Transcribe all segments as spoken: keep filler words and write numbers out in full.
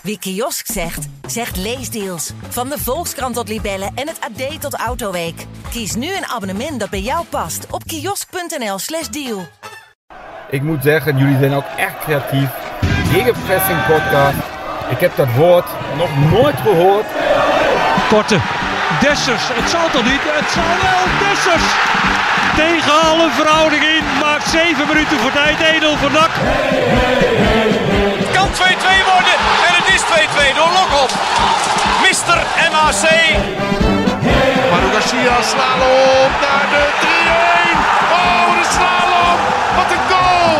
Wie kiosk zegt, zegt leesdeals. Van de Volkskrant tot Libellen en het A D tot Autoweek. Kies nu een abonnement dat bij jou past op kiosk.nl slash deal. Ik moet zeggen, jullie zijn ook echt creatief. Gegenpressing podcast. Ik heb dat woord nog nooit gehoord. Korte. Dessers. Het zal toch niet? Het zal wel. Dessers. Tegen alle verhouding in. Maakt zeven minuten voor tijd. Edel voor N A C. Het kan twee-twee worden. En het is twee-twee door Lokop. mister M A C. Manu Garcia, slalom naar de drie-een. Oh, de slalom. Wat een goal.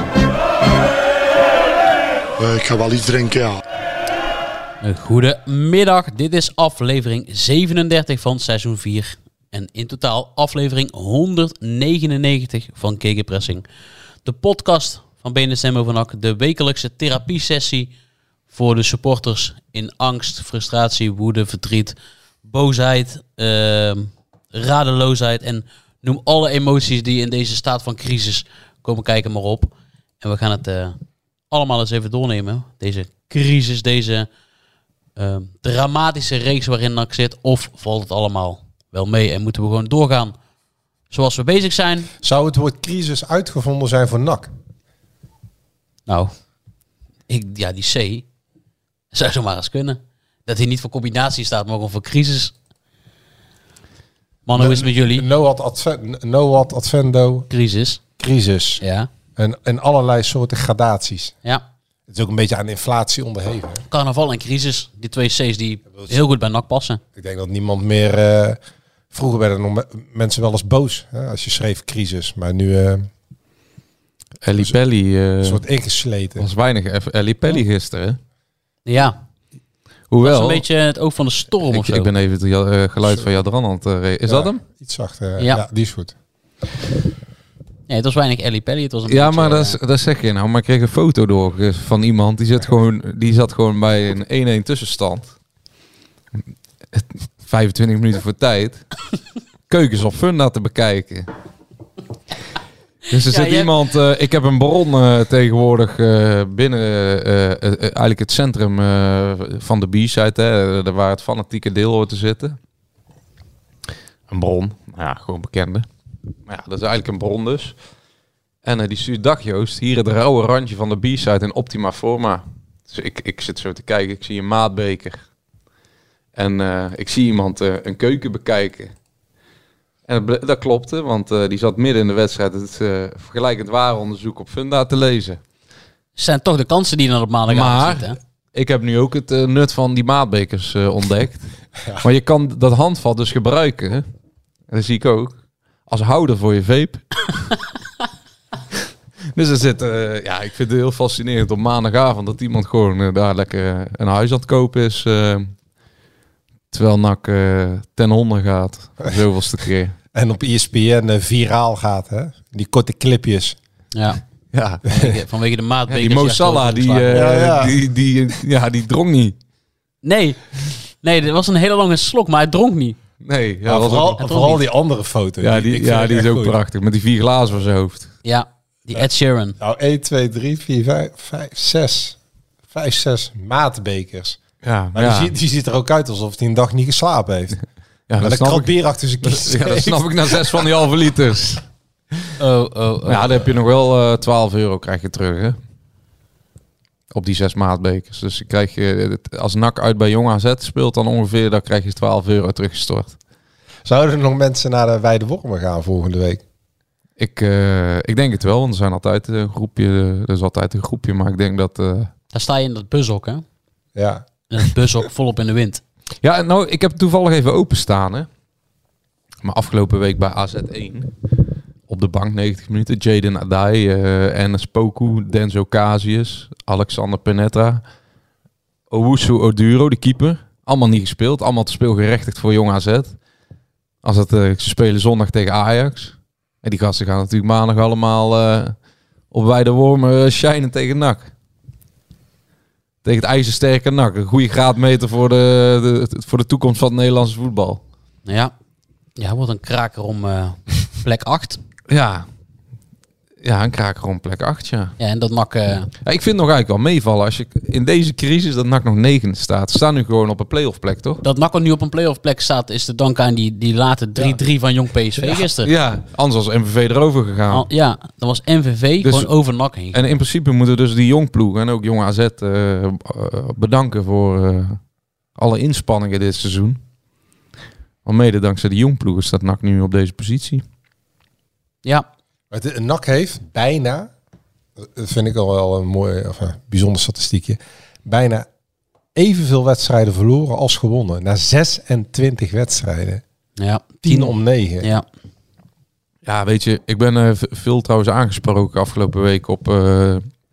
Uh, ik ga wel iets drinken, ja. Goedemiddag, dit is aflevering zevenendertig van seizoen vier. En in totaal aflevering honderdnegenennegentig van Gegenpressing. De podcast van B N S M over N A C. De wekelijkse therapiesessie voor de supporters in angst, frustratie, woede, verdriet, boosheid, uh, radeloosheid. En noem alle emoties die in deze staat van crisis komen kijken maar op. En we gaan het uh, allemaal eens even doornemen. Deze crisis, deze uh, dramatische reeks waarin N A C zit. Of valt het allemaal wel mee en moeten we gewoon doorgaan zoals we bezig zijn? Zou het woord crisis uitgevonden zijn voor N A C? Nou, ik, ja, die C zou zomaar eens kunnen. Dat hij niet voor combinatie staat, maar gewoon voor crisis. Man, hoe is het met jullie? Noad advent, Noad advendo. Crisis. Crisis. Ja. En, en allerlei soorten gradaties. Ja. Het is ook een beetje aan inflatie onderhevig. Carnaval en crisis. Die twee C's die heel goed bij N A C passen. Ik denk dat niemand meer... Uh, vroeger werden nog me- mensen wel eens boos. Hè, als je schreef crisis. Maar nu... Uh, Ellie Pelly... Uh, een soort ingesleten. was weinig Ellie Pelly gisteren. Ja. Hoewel... Dat is een beetje het oog van de storm ik, of zo. Ik ben even het uh, geluid van Jadran aan het... Uh, is ja, dat hem? Iets zachter. Uh, ja. ja, die is goed. Nee, het was weinig Ellie Pelly. Het was een ja, beetje, maar uh, dat, is, dat zeg je nou. Maar ik kreeg een foto door van iemand. Die zat gewoon, die zat gewoon bij een één-één tussenstand. vijfentwintig minuten voor tijd. Keukens op Funda te bekijken. Dus er Ja, zit je iemand... Uh, ik heb een bron uh, tegenwoordig uh, binnen uh, uh, uh, eigenlijk het centrum uh, van de B-site. Hè, uh, waar het fanatieke deel hoort te zitten. Een bron. Nou ja, gewoon bekende. Maar ja, dat is eigenlijk een bron dus. En uh, die stuurt: dag Joost, hier het rauwe randje van de B-site in optima forma. Dus ik, ik zit zo te kijken, ik zie een maatbeker. En uh, ik zie iemand uh, een keuken bekijken. En dat, dat klopte, want uh, die zat midden in de wedstrijd het uh, vergelijkend waaronderzoek op Funda te lezen. zijn toch de kansen die je dan op maandagavond Maar ziet, hè? Ik heb nu ook het uh, nut van die maatbekers uh, ontdekt. Ja. Maar je kan dat handvat dus gebruiken. En dat zie ik ook. Als houder voor je vape. Dus er zit, uh, ja, ik vind het heel fascinerend op maandagavond dat iemand gewoon uh, daar lekker uh, een huis aan het kopen is. Uh, terwijl N A C uh, ten onder gaat. Zoveelste keer. En op E S P N uh, viraal gaat, hè? Die korte clipjes. Ja. Ja. Vanwege, vanwege de maatbekers. Ja, die Mo Salah, die, uh, ja, ja. die, die, ja, die dronk niet. Nee. Nee, dit was een hele lange slok, maar hij dronk niet. Nee. Ja, Ja, was vooral ook, vooral die andere foto. ja, die, ik ja, vind die is echt ook goed. prachtig. Met die vier glazen voor zijn hoofd. Ja, die Ed Sheeran. Nou, één, twee, drie, vier, vijf, vijf, zes. Vijf, zes maatbekers. Ja, Maar ja. die, ziet, die ziet er ook uit alsof hij een dag niet geslapen heeft. Ja, Met dat een snap krat ik. bier achter zijn kies. Ja, dat snap ik na zes van die halve liters. Oh, oh, oh. Ja, dan heb je nog wel uh, twaalf euro krijg je terug, hè? Op die zes maatbekers. Dus krijg je, als N A C uit bij Jong A Z speelt, dan ongeveer, dan krijg je twaalf euro teruggestort. Zouden er nog mensen naar de Weide Wormen gaan volgende week? Ik, uh, ik denk het wel, want er zijn altijd een groepje, er is altijd een groepje, maar ik denk dat... Uh... Daar sta je in dat bushok, hè? Ja. En het bushok volop in de wind. Ja, nou, ik heb toevallig even openstaan, hè. Maar afgelopen week bij A Z één, op de bank negentig minuten, Jaden Adai, uh, Enes Poku, Denzo Casius, Alexander Penetra, Owusu Oduro, de keeper. Allemaal niet gespeeld, allemaal te speelgerechtigd voor Jong A Z. Als het, uh, ze spelen zondag tegen Ajax. En die gasten gaan natuurlijk maandag allemaal uh, op Weide Wormen uh, shinen tegen N A C. Tegen het ijzersterke N A C. Een goede graadmeter voor de, de, voor de toekomst van het Nederlandse voetbal. Ja. Ja, wordt een kraker om uh, plek acht. Ja. Ja, een kraker om plek acht, ja. Ja, en dat N A C... Uh... ja. Ik vind het nog eigenlijk wel meevallen als je in deze crisis dat N A C nog negen staat. Ze staan nu gewoon op een play-off plek, toch? Dat N A C nu op een play-off plek staat is te danken aan die, die late drie drie ja. van Jong P S V ja. gisteren. Ja, anders was M V V erover gegaan. Al, ja, dat was M V V dus, gewoon over N A C heen. En in principe moeten dus die Jong ploeg en ook Jong A Z uh, uh, bedanken voor uh, alle inspanningen dit seizoen. Want mede dankzij de Jong ploegen staat N A C nu op deze positie. Ja. Het N A C heeft bijna, dat vind ik al wel een mooi, of een bijzonder statistiekje, bijna evenveel wedstrijden verloren als gewonnen. Na zesentwintig wedstrijden. Ja. tien om negen. Ja. Ja, weet je, ik ben uh, veel trouwens aangesproken afgelopen week op uh,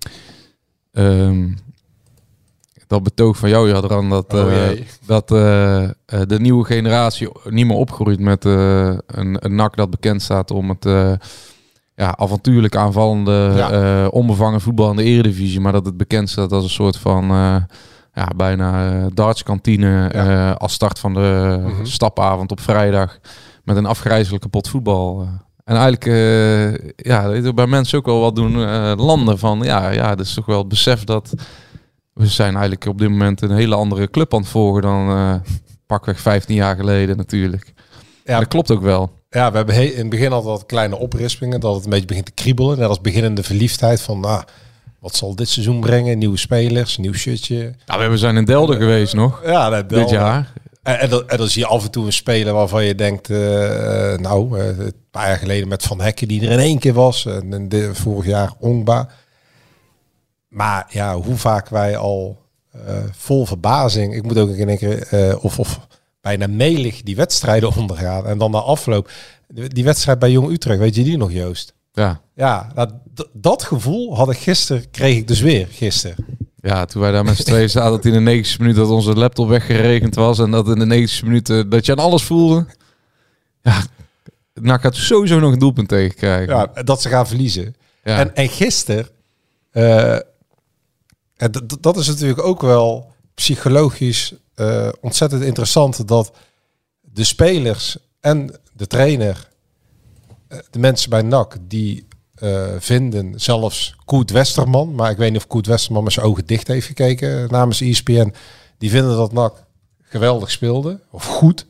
um, dat betoog van jou, Jadran, dat, uh, oh, dat uh, uh, de nieuwe generatie niet meer opgroeit met uh, een, een N A C dat bekend staat om het uh, ja, avontuurlijk aanvallende, ja. uh, onbevangen voetbal in de Eredivisie, maar dat het bekend staat als een soort van uh, ja, bijna uh, dartskantine ja. uh, als start van de mm-hmm. stapavond op vrijdag met een afgrijzelijke pot voetbal. Uh. En eigenlijk, uh, ja, bij mensen ook wel wat doen uh, landen van, ja, ja, dat is toch wel het besef dat we zijn eigenlijk op dit moment een hele andere club aan het volgen dan uh, pakweg vijftien jaar geleden natuurlijk. Ja, dat klopt ook wel. Ja, we hebben he- in het begin altijd wat kleine oprispingen, dat het een beetje begint te kriebelen. Net als beginnende verliefdheid van, nou, wat zal dit seizoen brengen? Nieuwe spelers, nieuw shirtje. Ja, we zijn in Delden uh, geweest nog, ja, dat dit jaar. En, en, dan, en dan zie je af en toe een speler waarvan je denkt, uh, nou, uh, een paar jaar geleden met Van Hekken die er in één keer was. En, en de, vorig jaar Ongba. Maar ja, hoe vaak wij al uh, vol verbazing, ik moet ook in één keer, uh, of, of bijna melig die wedstrijden ondergaan. En dan na afloop, die wedstrijd bij Jong Utrecht, weet je die nog, Joost? Ja. Ja, nou, d- dat gevoel had ik gisteren, kreeg ik dus weer gisteren. Ja, toen wij daar met z'n tweeën zaten, dat in de negentigste minuut dat onze laptop weggeregend was. En dat in de negentigste minuten dat je aan alles voelde. Ja, nou gaat sowieso nog een doelpunt tegenkrijgen. Ja, dat ze gaan verliezen. Ja. En, en gisteren, uh, en d- dat is natuurlijk ook wel psychologisch uh, ontzettend interessant, dat de spelers en de trainer, uh, de mensen bij N A C, die uh, vinden zelfs Koert Westerman, maar ik weet niet of Koert Westerman met zijn ogen dicht heeft gekeken uh, namens E S P N, die vinden dat N A C geweldig speelde, of goed.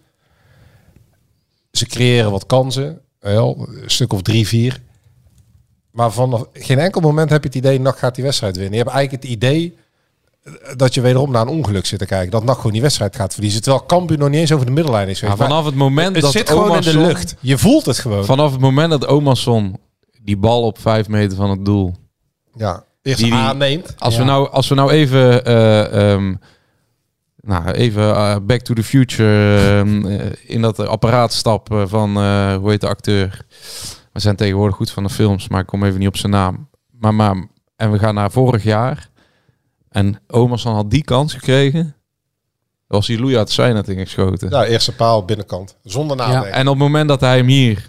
Ze creëren wat kansen, wel, een stuk of drie, vier. Maar vanaf geen enkel moment heb je het idee, N A C gaat die wedstrijd winnen. Je hebt eigenlijk het idee dat je wederom naar een ongeluk zit te kijken. Dat N A C gewoon die wedstrijd gaat verliezen. Terwijl Cambuur nog niet eens over de middellijn is. Maar vanaf het moment het dat zit gewoon Omarsson, in de lucht. Je voelt het gewoon. Vanaf het moment dat Omarsson die bal op vijf meter van het doel, ja, eerst die, aanneemt. Als, ja. we nou, als we nou even... Uh, um, Nou, even uh, Back to the Future uh, in dat apparaat stappen van, uh, hoe heet de acteur? We zijn tegenwoordig goed van de films, maar ik kom even niet op zijn naam. Maar, maar en we gaan naar vorig jaar. En Omarsson had die kans gekregen. Dan was hij loeia het zijnet ingeschoten. Ja, eerste paal binnenkant. Zonder nadenken. Ja, en op het moment dat hij hem hier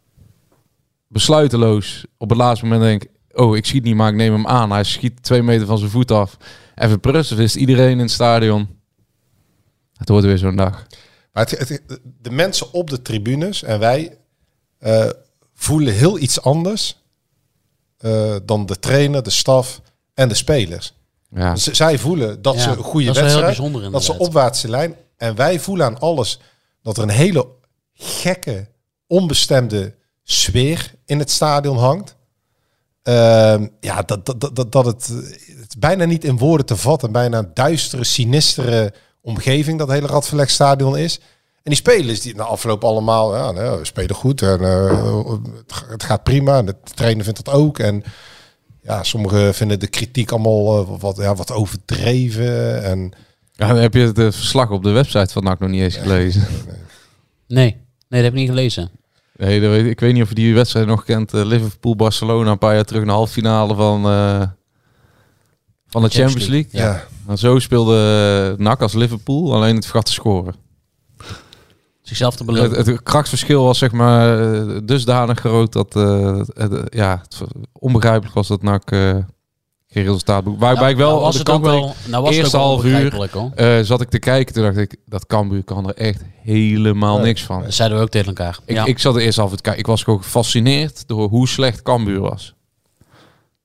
besluiteloos op het laatste moment denkt, oh, ik schiet niet, maar ik neem hem aan. Hij schiet twee meter van zijn voet af. Even prussen, wist iedereen in het stadion. Het wordt weer zo'n dag. Maar het, het, de mensen op de tribunes en wij uh, voelen heel iets anders uh, dan de trainer, de staf en de spelers. Ja. Z- zij voelen dat ja, ze een goede dat wedstrijd, dat ze opwaartse lijn. En wij voelen aan alles dat er een hele gekke, onbestemde sfeer in het stadion hangt. Uh, ja, dat, dat, dat, dat het, het is bijna niet in woorden te vatten. Bijna een duistere, sinistere omgeving dat hele Radverlegstadion is. En die spelers die na afloop allemaal, ja, nou, we spelen goed en uh, het gaat prima. De trainer vindt dat ook. En ja, sommigen vinden de kritiek allemaal uh, wat, ja, wat overdreven. En ja, dan heb je het uh, verslag op de website van N A C nog niet eens gelezen. Nee, nee, nee dat heb ik niet gelezen. Nee, dat weet, ik weet niet of je die wedstrijd nog kent. Uh, Liverpool-Barcelona een paar jaar terug, een halve finale van, uh, van de Champions League. Ja. ja. En zo speelde N A C als Liverpool, alleen het vergat te scoren. Zichzelf te belonen. Het, het krachtsverschil was zeg maar dusdanig groot dat uh, het, ja, het onbegrijpelijk was dat N A C uh, geen resultaat boek. Waarbij nou, ik wel nou was de het kant ook wel, nou was eerste het ook wel half uur uh, zat ik te kijken. Toen dacht ik, dat Cambuur kan er echt helemaal nee, niks van. Dat zeiden we ook tegen elkaar. Ik, ja. ik zat er eerst half te kijken. Ik was gewoon gefascineerd door hoe slecht Cambuur was.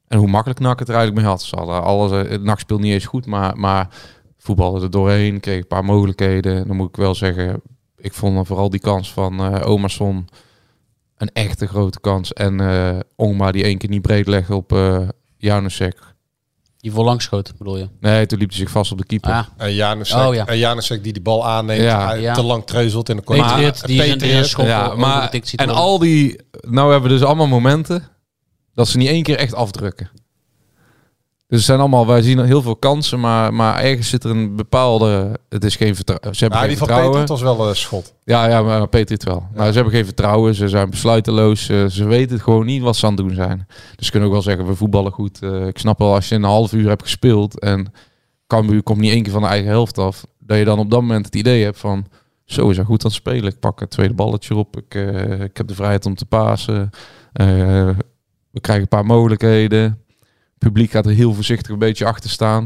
En hoe makkelijk N A C het er eigenlijk mee had. Ze hadden alles, het N A C speelde niet eens goed, maar, maar voetballen er doorheen, kreeg een paar mogelijkheden. Dan moet ik wel zeggen, ik vond dan vooral die kans van uh, Omerson een echte grote kans. En uh, Ongma die één keer niet breed legde op uh, Janusek. Die voorlangs schoot, bedoel je? Nee, toen liep hij zich vast op de keeper. Ah. En Janusek, Oh, ja. en Janusek die die bal aanneemt, Ja. hij Ja. te lang treuzelt in de corner. Patriot, die zijn Patriot. schop Ja, over maar, de dik ziet en worden. al die... Nou hebben we dus allemaal momenten dat ze niet één keer echt afdrukken. Dus het zijn allemaal... Wij zien heel veel kansen, maar, maar ergens zit er een bepaalde... Het is geen vertrouwen. Ze hebben Ja, geen die van vertrouwen. Patriot was wel een schot. Ja, ja, maar Patriot wel. Maar ze hebben geen vertrouwen. Ze zijn besluiteloos. Ze, ze weten gewoon niet wat ze aan het doen zijn. Dus ze kunnen ook wel zeggen, we voetballen goed. Uh, ik snap wel, als je een half uur hebt gespeeld en Cambuur komt niet één keer van de eigen helft af, dat je dan op dat moment het idee hebt van, zo is hij goed aan het spelen. Ik pak het tweede balletje op. Ik, uh, ik heb de vrijheid om te pasen. Uh, we krijgen een paar mogelijkheden. Het publiek gaat er heel voorzichtig een beetje achter staan.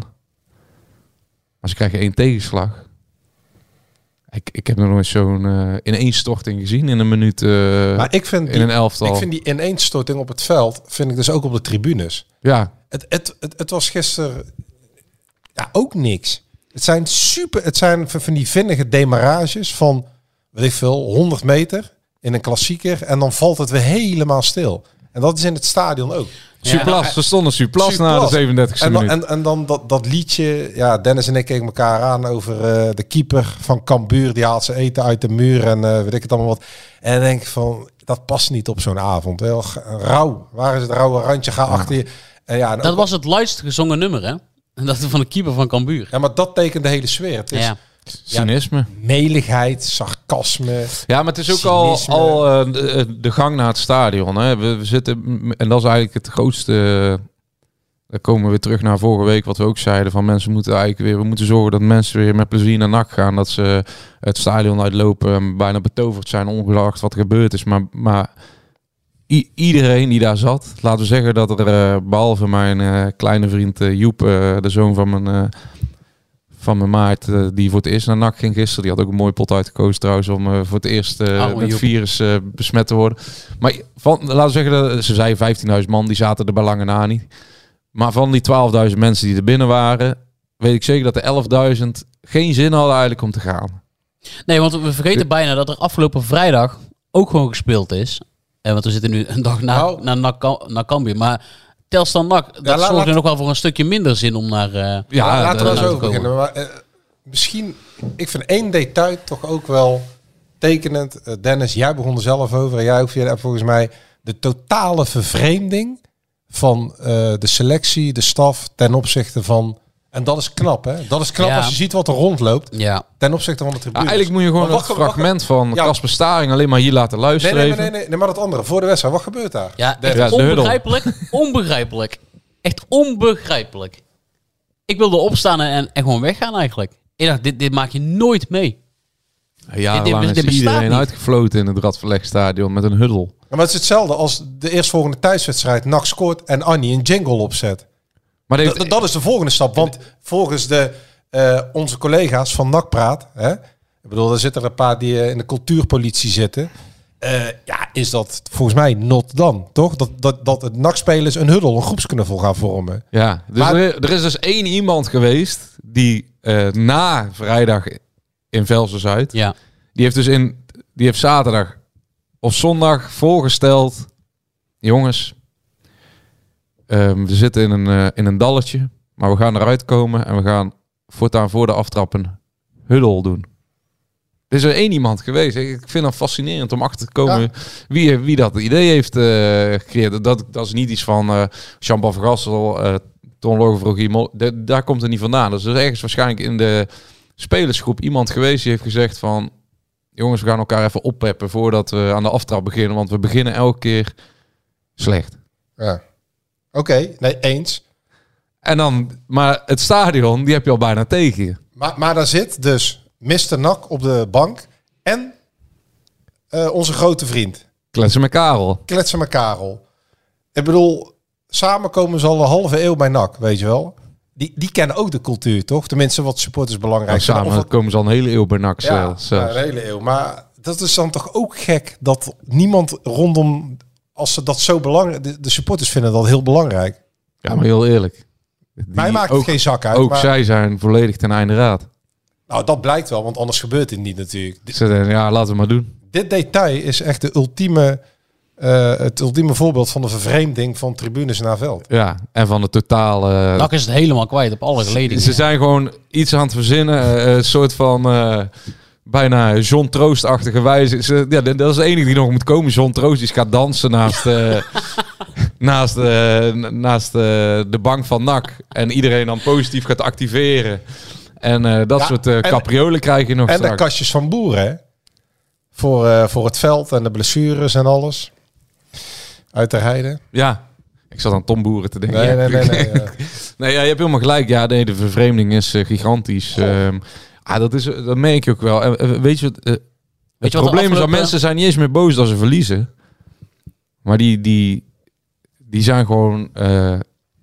Maar ze krijgen één tegenslag. Ik, ik heb nog nooit zo'n uh, ineenstorting gezien in een minuut uh, Maar ik vind, in die, een elftal. ik vind die ineenstorting op het veld, vind ik dus ook op de tribunes. Ja, Het, het, het, het was gisteren ja, ook niks. Het zijn super, het zijn van die vinnige demarages van, weet ik veel, honderd meter in een klassieker. En dan valt het weer helemaal stil. En dat is in het stadion ook. Suplas. Ja. Ze stonden Suplas na de zevenendertigste en dan, minuut. en, en dan dat, dat liedje, ja, Dennis en ik keken elkaar aan over uh, de keeper van Cambuur. Die haalt zijn eten uit de muur en uh, weet ik het allemaal wat. En dan denk ik van, dat past niet op zo'n avond. Heel rauw. Waar is het rauwe randje? Ga Ja. achter je. En ja, en Dat ook- was het luidst gezongen nummer, hè? En dat van de keeper van Cambuur. ja, maar dat tekent de hele sfeer. Het is Ja. Cynisme. meligheid, sarcasme. Ja, maar het is ook al, Cynisme. al uh, de, de gang naar het stadion. Hè. We, we zitten, en dat is eigenlijk het grootste. Uh, dan komen we weer terug naar vorige week, wat we ook zeiden. Van mensen moeten eigenlijk weer, we moeten zorgen dat mensen weer met plezier naar N A C gaan. Dat ze het stadion uitlopen en bijna betoverd zijn, ongeacht wat er gebeurd is. Maar, maar i- iedereen die daar zat, laten we zeggen dat er, uh, behalve mijn uh, kleine vriend uh, Joep, uh, de zoon van mijn. Uh, van mijn maat, uh, die voor het eerst naar N A C ging gisteren. Die had ook een mooie pot uitgekozen trouwens, om uh, voor het eerst uh, Oh, met het Joep. virus uh, besmet te worden. Maar van, laten we zeggen, dat, ze zei vijftienduizend man, die zaten er bij lange na niet. Maar van die twaalfduizend mensen die er binnen waren, weet ik zeker dat de elfduizend geen zin hadden eigenlijk om te gaan. Nee, want we vergeten bijna dat er afgelopen vrijdag ook gewoon gespeeld is. En want we zitten nu een dag na, Nou. na, na, Cam- naar Cambuur. Maar Telstar N A C, dat la- zorgt laat- er nog wel voor een stukje minder zin om naar... Uh, Ja, Ja, laten we de- er te zo over komen. beginnen. Maar, uh, misschien, ik vind één detail toch ook wel tekenend. Uh, Dennis, jij begon er zelf over. En jij ook via de app volgens mij. De totale vervreemding van uh, de selectie, de staf ten opzichte van... En dat is knap, hè? Dat is knap Ja. als je ziet wat er rondloopt Ja. ten opzichte van de Ja, tribune. eigenlijk moet je gewoon Maar het wat ge- wat fragment van Ja. Casper Staring alleen maar hier laten Nee, luisteren. nee, nee, even. nee, nee, nee, maar dat andere. Voor de wedstrijd, wat gebeurt daar? Ja, De- echt Ja, de huddle. onbegrijpelijk. Onbegrijpelijk. Echt onbegrijpelijk. Ik wilde opstaan en, en gewoon weggaan eigenlijk. Ik dacht, dit, dit maak je nooit mee. Jarenlang dit- dit is bestaat iedereen niet. uitgefloten in het Radverlegstadion met een huddle. Ja, maar het is hetzelfde als de eerstvolgende thuiswedstrijd. N A C scoort en Annie een jingle opzet. Maar dat heeft- Dat, dat is de volgende stap. Want volgens de, eh, onze collega's van N A C Praat... Hè, ik bedoel, er zitten er een paar die eh, in de cultuurpolitie zitten... eh, ja, is dat volgens mij not dan, toch? Dat, dat, dat het N A C-spelers een huddle, een groepsknuffel gaan vormen. Ja, dus Maar- er, er is dus één iemand geweest die eh, na vrijdag in Velsen-Zuid, Ja. die heeft dus in, die heeft zaterdag of zondag voorgesteld, jongens, ehm, we zitten in een, eh, in een dalletje, maar we gaan eruit komen en we gaan voortaan voor de aftrappen huddle doen. Er is er één iemand geweest. Ik vind het fascinerend om achter te komen Ja. wie, wie dat idee heeft uh, gecreëerd. Dat, dat is niet iets van uh, Jean-Paul Vergassel, uh, Ton Logevrogie. Daar komt het niet vandaan. Dus er is ergens waarschijnlijk in de spelersgroep iemand geweest die heeft gezegd van... Jongens, we gaan elkaar even oppeppen voordat we aan de aftrap beginnen. Want we beginnen elke keer slecht. Ja. Oké, okay, nee, eens. En dan, maar het stadion, die heb je al bijna tegen je. Maar, maar daar zit dus mister N A C op de bank en uh, onze grote vriend. Kletsen met Karel. Kletsen met Karel. Ik bedoel, samen komen ze al een halve eeuw bij N A C, weet je wel. Die, die kennen ook de cultuur, toch? Tenminste, wat supporters belangrijk Nou, samen vinden. Of wat- komen ze al een hele eeuw bij N A C ja, zelfs. ja, een hele eeuw. Maar dat is dan toch ook gek dat niemand rondom, als ze dat zo belangrijk, de, de supporters vinden dat heel belangrijk. Ja, maar heel eerlijk. Die Mij maakt het ook, geen zak uit. Ook maar, zij zijn volledig ten einde raad. Nou, dat blijkt wel, want anders gebeurt het niet natuurlijk. Dit, Ze zeggen, ja, laten we maar doen. dit detail is echt de ultieme, uh, het ultieme voorbeeld van de vervreemding van tribunes naar veld. Ja, en van de totale... Nak is het helemaal kwijt op alle geledingen. Ze zijn gewoon iets aan het verzinnen. uh, Een soort van... Uh, bijna John Troost-achtige wijze. Ze, ja, dat is de enige die nog moet komen. John Troost die gaat dansen naast, uh, naast, uh, naast uh, de bank van N A C. En iedereen dan positief gaat activeren. En uh, dat Ja, soort uh, en- capriolen krijg je nog En straks. de kastjes van boeren, hè? Voor, uh, voor het veld en de blessures en alles. Uit de heide. Ja, ik zat aan Tom Boeren te denken. Nee, nee, nee. nee, ja. Nee, ja, je hebt helemaal gelijk. Ja, nee, de vervreemding is uh, gigantisch. Um, ah, dat, is, dat merk je ook wel. En, uh, weet je wat... Uh, het wat de probleem is dat afgelopen- mensen zijn niet eens meer boos als ze verliezen. Maar die, die, die zijn gewoon... Uh,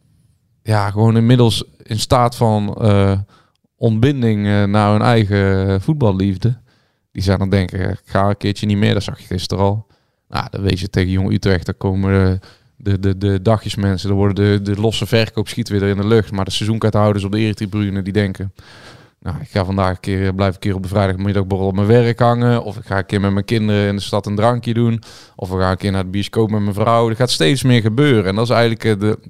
ja, gewoon inmiddels in staat van uh, ontbinding uh, naar hun eigen voetballiefde. Die zijn dan denken, ik ga een keertje niet meer. Dat zag je gisteren al. Nou, dan weet je tegen Jong Utrecht, daar komen de, de, de, de dagjesmensen, dan worden de, de losse verkoop schiet weer in de lucht. Maar de seizoenkaarthouders op de Eretribune, die denken, nou, ik ga vandaag een keer, blijf een keer op de vrijdagmiddagborrel op mijn werk hangen. Of ik ga een keer met mijn kinderen in de stad een drankje doen. Of we gaan een keer naar de bioscoop met mijn vrouw. Er gaat steeds meer gebeuren. En dat is eigenlijk uh, de,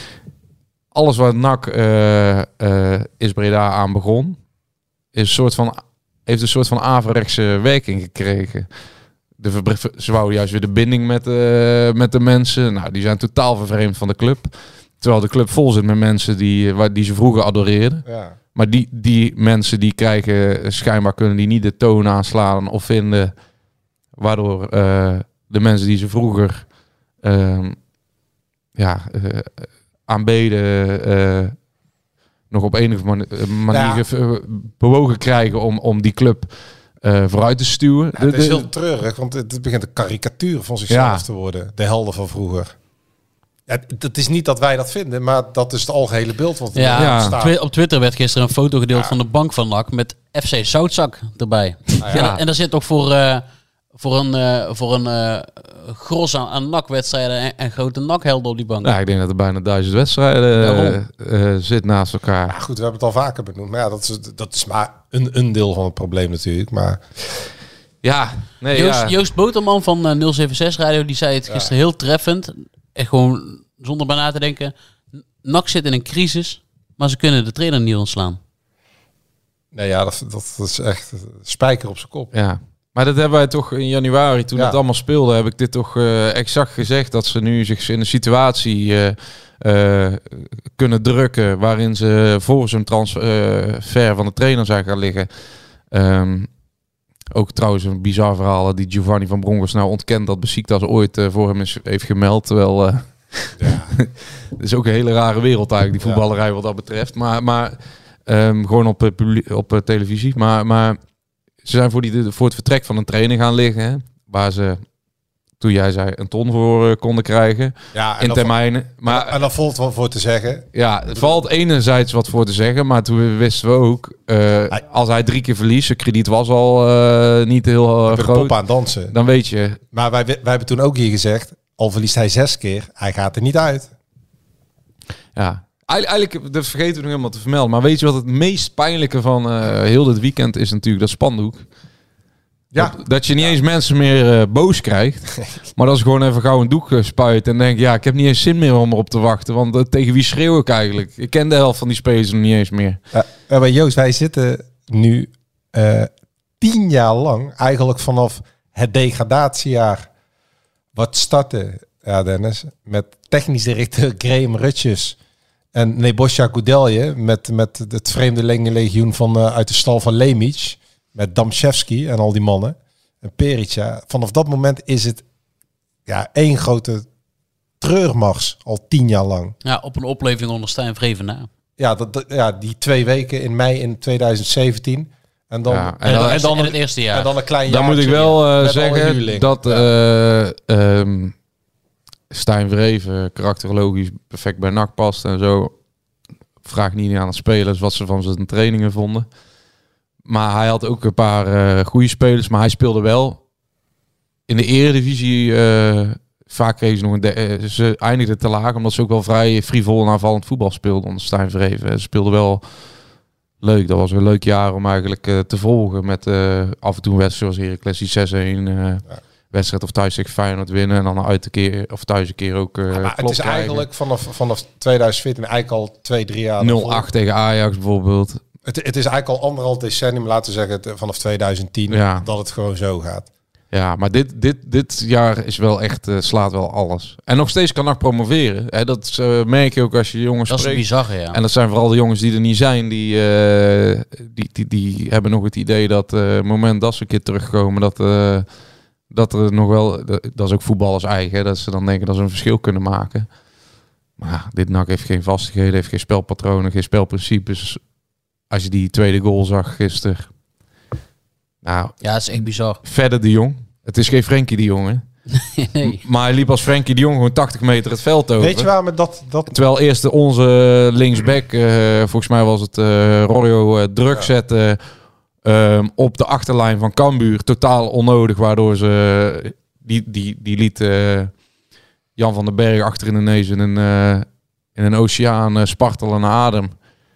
alles waar N A C uh, uh, is Breda aan begon, is een soort van, heeft een soort van averechtse werking gekregen. De verbr- ze wouden juist weer de binding met, uh, met de mensen. Nou, die zijn totaal vervreemd van de club. Terwijl de club vol zit met mensen die, waar, die ze vroeger adoreerden. Ja. Maar die, die mensen die krijgen, schijnbaar kunnen die niet de toon aanslaan of vinden. Waardoor uh, de mensen die ze vroeger uh, ja, uh, aanbeden uh, nog op enige mani- manier Ja. ge- bewogen krijgen om, om die club uh, vooruit te stuwen. Ja, De- het is de- heel treurig, want het begint een karikatuur van zichzelf Ja. te worden. De helden van vroeger. Ja, het is niet dat wij dat vinden, maar dat is het algehele beeld wat er Ja, Ja. staat. Twi- op Twitter werd gisteren een foto gedeeld Ja. van de bank van N A C met F C Zoutzak erbij. ja. Ja, en daar zit ook voor, uh, voor een, uh, voor een uh, gros aan, aan N A C-wedstrijden en, en grote N A C-helden op die bank. Ja, ik denk dat er bijna duizend wedstrijden Waarom? uh, uh, zit naast elkaar. Ja, goed, we hebben het al vaker benoemd. Maar ja, dat is, dat is maar een, een deel van het probleem natuurlijk. Maar Ja, nee, Joost, ja. Joost Boterman van uh, nul zeven zes Radio, die zei het gisteren heel treffend. En gewoon zonder bij na te denken. N A C zit in een crisis, maar ze kunnen de trainer niet ontslaan. nee, ja, dat, dat, dat is echt spijker op zijn kop. Ja, maar dat hebben wij toch in januari, toen Ja. het allemaal speelde, heb ik dit toch uh, exact gezegd, dat ze nu zich in een situatie uh, uh, kunnen drukken waarin ze voor zo'n transfer van de trainer zijn gaan liggen. Um, ook trouwens een bizar verhaal, die Giovanni van Bronckhorst nou ontkent dat Besiktas ooit uh, voor hem is, heeft gemeld, terwijl uh, Ja. het is ook een hele rare wereld eigenlijk, die voetballerij wat dat betreft. Maar, maar um, gewoon op, uh, publie- op uh, televisie. Maar, maar ze zijn voor, die, voor het vertrek van een trainer gaan liggen. Hè, waar ze, toen jij zei, een ton voor uh, konden krijgen. Ja, en In dan termijnen. Maar, Maar en dan valt wat voor te zeggen. ja, het valt enerzijds wat voor te zeggen. Maar toen wisten we ook, uh, als hij drie keer verliest, zijn krediet was al uh, niet heel uh, Met de groot. pop aan dansen. Dan weet je, Maar wij, wij hebben toen ook hier gezegd, al verliest hij zes keer, hij gaat er niet uit. ja. Eigenlijk, dat vergeten we nog helemaal te vermelden. Maar weet je wat het meest pijnlijke van uh, heel dit weekend is natuurlijk? Dat spandoek. Ja. Dat, dat je niet eens mensen meer uh, boos krijgt. Maar dat ze gewoon even gauw een doek uh, spuit. En denk, ja, ik heb niet eens zin meer om erop te wachten. Want uh, tegen wie schreeuw ik eigenlijk? Ik ken de helft van die spelers nog niet eens meer. Ja, maar Joost, wij zitten nu uh, tien jaar lang, eigenlijk vanaf het degradatiejaar wat startte, ja Dennis, met technisch directeur Graham Rutjes en Nebojša Kudelje met, met het vreemdelingenlegioen van uh, uit de stal van Lemic, met Damszewski en al die mannen en Peric. Ja. Vanaf dat moment is het ja, één grote treurmars al tien jaar lang. Ja, op een opleving onder Stijn Vrevenaar. Ja, dat, dat- ja, die twee weken in mei in twintig zeventien. En dan, Ja, En, En dan- en dan een- het eerste jaar. en dan een klein Dan moet ik jaartje wel uh, met alle zeggen huurling. dat Ja. uh, um, Stijn Vreven karakterologisch perfect bij N A C past en zo. Vraag niet aan de spelers wat ze van zijn trainingen vonden. Maar hij had ook een paar uh, goede spelers, maar hij speelde wel in de Eredivisie uh, vaak kregen ze nog een... De- uh, ze eindigden te laag, omdat ze ook wel vrij frivol en aanvallend voetbal speelden onder Stijn Verheven. Ze speelden wel leuk. Dat was een leuk jaar om eigenlijk uh, te volgen. Met uh, af en toe een wedstrijd zoals Heracles die zes-een... Uh, ja. wedstrijd of thuis tegen Feyenoord winnen en dan uit de keer of thuis een keer ook uh, ja, maar het is krijgen. eigenlijk vanaf, vanaf tweeduizend veertien eigenlijk al twee, drie jaar... nul acht tegen Ajax bijvoorbeeld. Het, het is eigenlijk al anderhalf decennium, laten we zeggen, het, vanaf tweeduizend tien, ja. dat het gewoon zo gaat. Ja, maar dit, dit, dit jaar is wel echt, uh, slaat wel alles. En nog steeds kan NAC promoveren. Hè, dat uh, merk je ook als je jongens dat spreekt. Dat is bizar, ja. En dat zijn vooral de jongens die er niet zijn. Die, uh, die, die, die hebben nog het idee dat uh, het moment dat ze een keer terugkomen, dat... Uh, dat er nog wel, dat is ook voetballers eigen, dat ze dan denken dat ze een verschil kunnen maken. Maar ja, dit NAC heeft geen vastigheden, heeft geen spelpatronen, geen spelprincipes. Als je die tweede goal zag gisteren. Nou, ja, het is echt bizar. Verder de Jong. Het is geen Frenkie de Jong, hè? Nee. Maar hij liep als Frenkie de Jong gewoon tachtig meter het veld over. Weet je waar met dat... dat... Terwijl eerst onze linksback, uh, volgens mij was het uh, Rorio, uh, druk ja. zetten... Um, op de achterlijn van Cambuur. Totaal onnodig, waardoor ze... Die, die, die liet uh, Jan van den Berg achter in de neus in een, uh, in een oceaan uh, spartelen naar adem.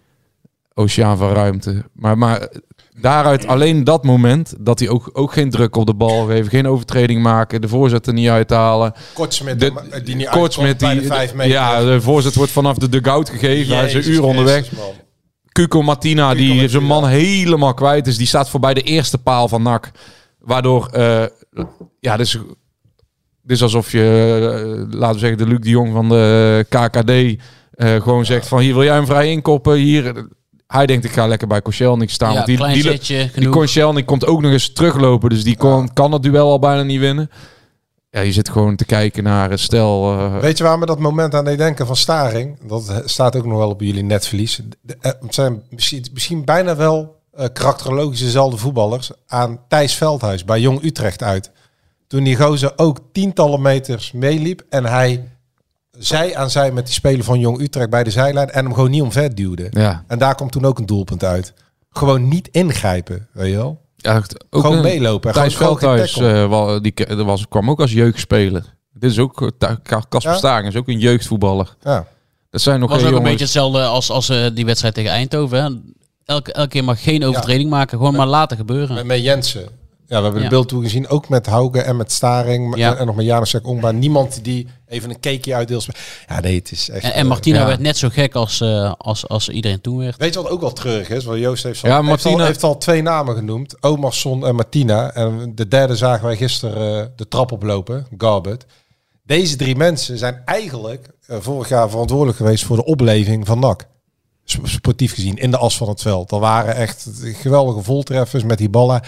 Oceaan van ruimte. Maar, maar daaruit alleen dat moment, dat hij ook, ook geen druk op de bal geeft, geen overtreding maken, de voorzetten niet uithalen. Kortsmit, de, die niet Kortsmit, bij de die, vijf meter. Ja, de voorzet wordt vanaf de dugout gegeven. Hij is een uur onderweg. Man. Cuco Martina, Cuco die Martina. zijn man helemaal kwijt is. Die staat voorbij de eerste paal van NAC. Waardoor, uh, ja, dit is, dit is alsof je, uh, laten we zeggen, de Luc de Jong van de K K D uh, gewoon ja. zegt van hier wil jij hem vrij inkoppen. Hier, hij denkt ik ga lekker bij Koscielnik staan. Ja, want die, klein die, zetje, die Koscielnik komt ook nog eens teruglopen. Dus die kon, ja. kan het duel al bijna niet winnen. Ja, je zit gewoon te kijken naar het stel. Uh... Weet je waar me dat moment aan deed denken van Staring? Dat staat ook nog wel op jullie netverlies. Het zijn misschien, misschien bijna wel uh, karakterologisch dezelfde voetballers aan Thijs Veldhuis bij Jong Utrecht uit. Toen die gozer ook tientallen meters meeliep en hij zij aan zij met die speler van Jong Utrecht bij de zijlijn en hem gewoon niet omver duwde. Ja. En daar komt toen ook een doelpunt uit. Gewoon niet ingrijpen, weet je wel? Ja, ook gewoon een, meelopen. Thijs Veldhuis uh, die was, kwam ook als jeugdspeler. Dit is ook Kasper ja? Staring is ook een jeugdvoetballer. Ja. Dat zijn nog was ook jongens... een beetje hetzelfde als, als uh, die wedstrijd tegen Eindhoven. Hè? Elke, elke keer mag geen overtreding ja. maken, gewoon met, maar laten gebeuren. Met, met Jensen. Ja, we hebben ja. de beeld toe gezien, ook met Hauge en met Staring ja. en nog met Janusek Ongba. Niemand die even een cakeje uitdeelt. Ja, nee, het is echt... En, en Martina ja. werd net zo gek als, uh, als, als iedereen toen werd. Weet je wat ook wel treurig is? Want Joost heeft, ja, al, Martina... heeft, al, heeft al twee namen genoemd. Omarsson en Martina. En de derde zagen wij gisteren uh, de trap oplopen. Garbett. Deze drie mensen zijn eigenlijk uh, vorig jaar verantwoordelijk geweest voor de opleving van N A C. Sportief gezien, in de as van het veld. Er waren echt geweldige voltreffers met die ballen.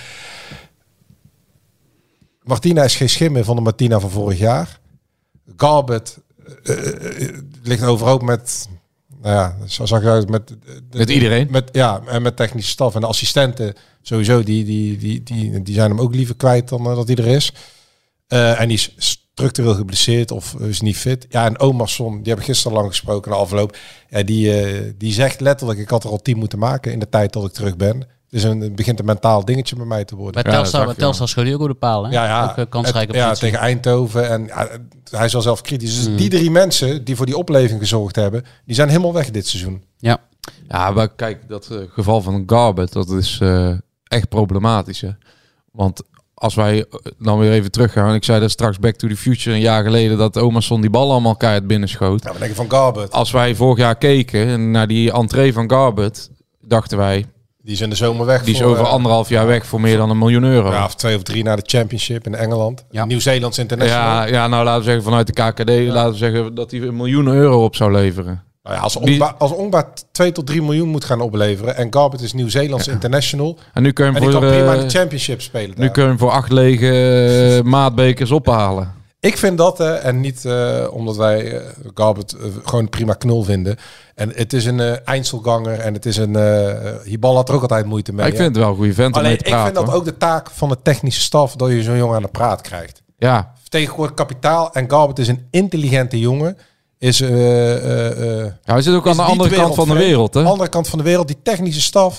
Martina is geen schimmer van de Martina van vorig jaar. Garbett uh, uh, ligt overhoop met, nou ja, zo zag ik uit met de, met iedereen. Met ja, en met technische staf en de assistenten sowieso die die die die die zijn hem ook liever kwijt dan uh, dat hij er is. Uh, en die is structureel geblesseerd of is niet fit. Ja, en Omarsson, die heb ik gisteren lang gesproken na afloop. Ja, die uh, die zegt letterlijk, ik had er al tien moeten maken in de tijd dat ik terug ben. Dus een, het begint een mentaal dingetje bij mij te worden. Bij Telstar, ja, Telstar schoot hij ook op de paal, hè? Ja, ja. Ook uh, kansrijke ja, tegen Eindhoven. En ja, hij is wel zelf kritisch. Dus mm. die drie mensen die voor die opleving gezorgd hebben, die zijn helemaal weg dit seizoen. Ja. Ja, maar kijk, dat uh, geval van Garbett, dat is uh, echt problematisch. Hè? Want als wij dan weer even teruggaan, ik zei dat straks Back to the Future een jaar geleden, dat Omarsson die bal allemaal keihard binnenschoot. Ja, wat denk je van Garbett? Als wij vorig jaar keken naar die entree van Garbett, dachten wij... Die is in de zomer weg. Die is voor, over anderhalf jaar weg voor meer dan een miljoen euro. Ja, of twee of drie naar de Championship in Engeland. Ja. Nieuw-Zeelands International. Ja, ja, nou laten we zeggen vanuit de K K D, ja. laten we zeggen dat hij een miljoen euro op zou leveren. Nou ja, als Ongba, als Ongba twee tot drie miljoen moet gaan opleveren en Garbett is Nieuw-Zeelands ja. International. En nu kun je hem en voor, die kan prima uh, de Championship spelen. Nu kun je hem voor acht lege uh, maatbekers ophalen. Ik vind dat, hè, en niet uh, omdat wij uh, Garbett uh, gewoon prima knul vinden. En het is een uh, Einzelganger en het is een... Uh, Hibal had er ook altijd moeite mee. Ja, ik vind het wel een goede vent om mee te praten. Ik vind dat hoor. ook de taak van de technische staf, dat je zo'n jongen aan de praat krijgt. Ja. Tegenwoordig kapitaal en Garbett is een intelligente jongen. Is, uh, uh, uh, ja, hij zit ook aan de andere kant van de wereld. Hè? Aan de andere kant van de wereld. Die technische staf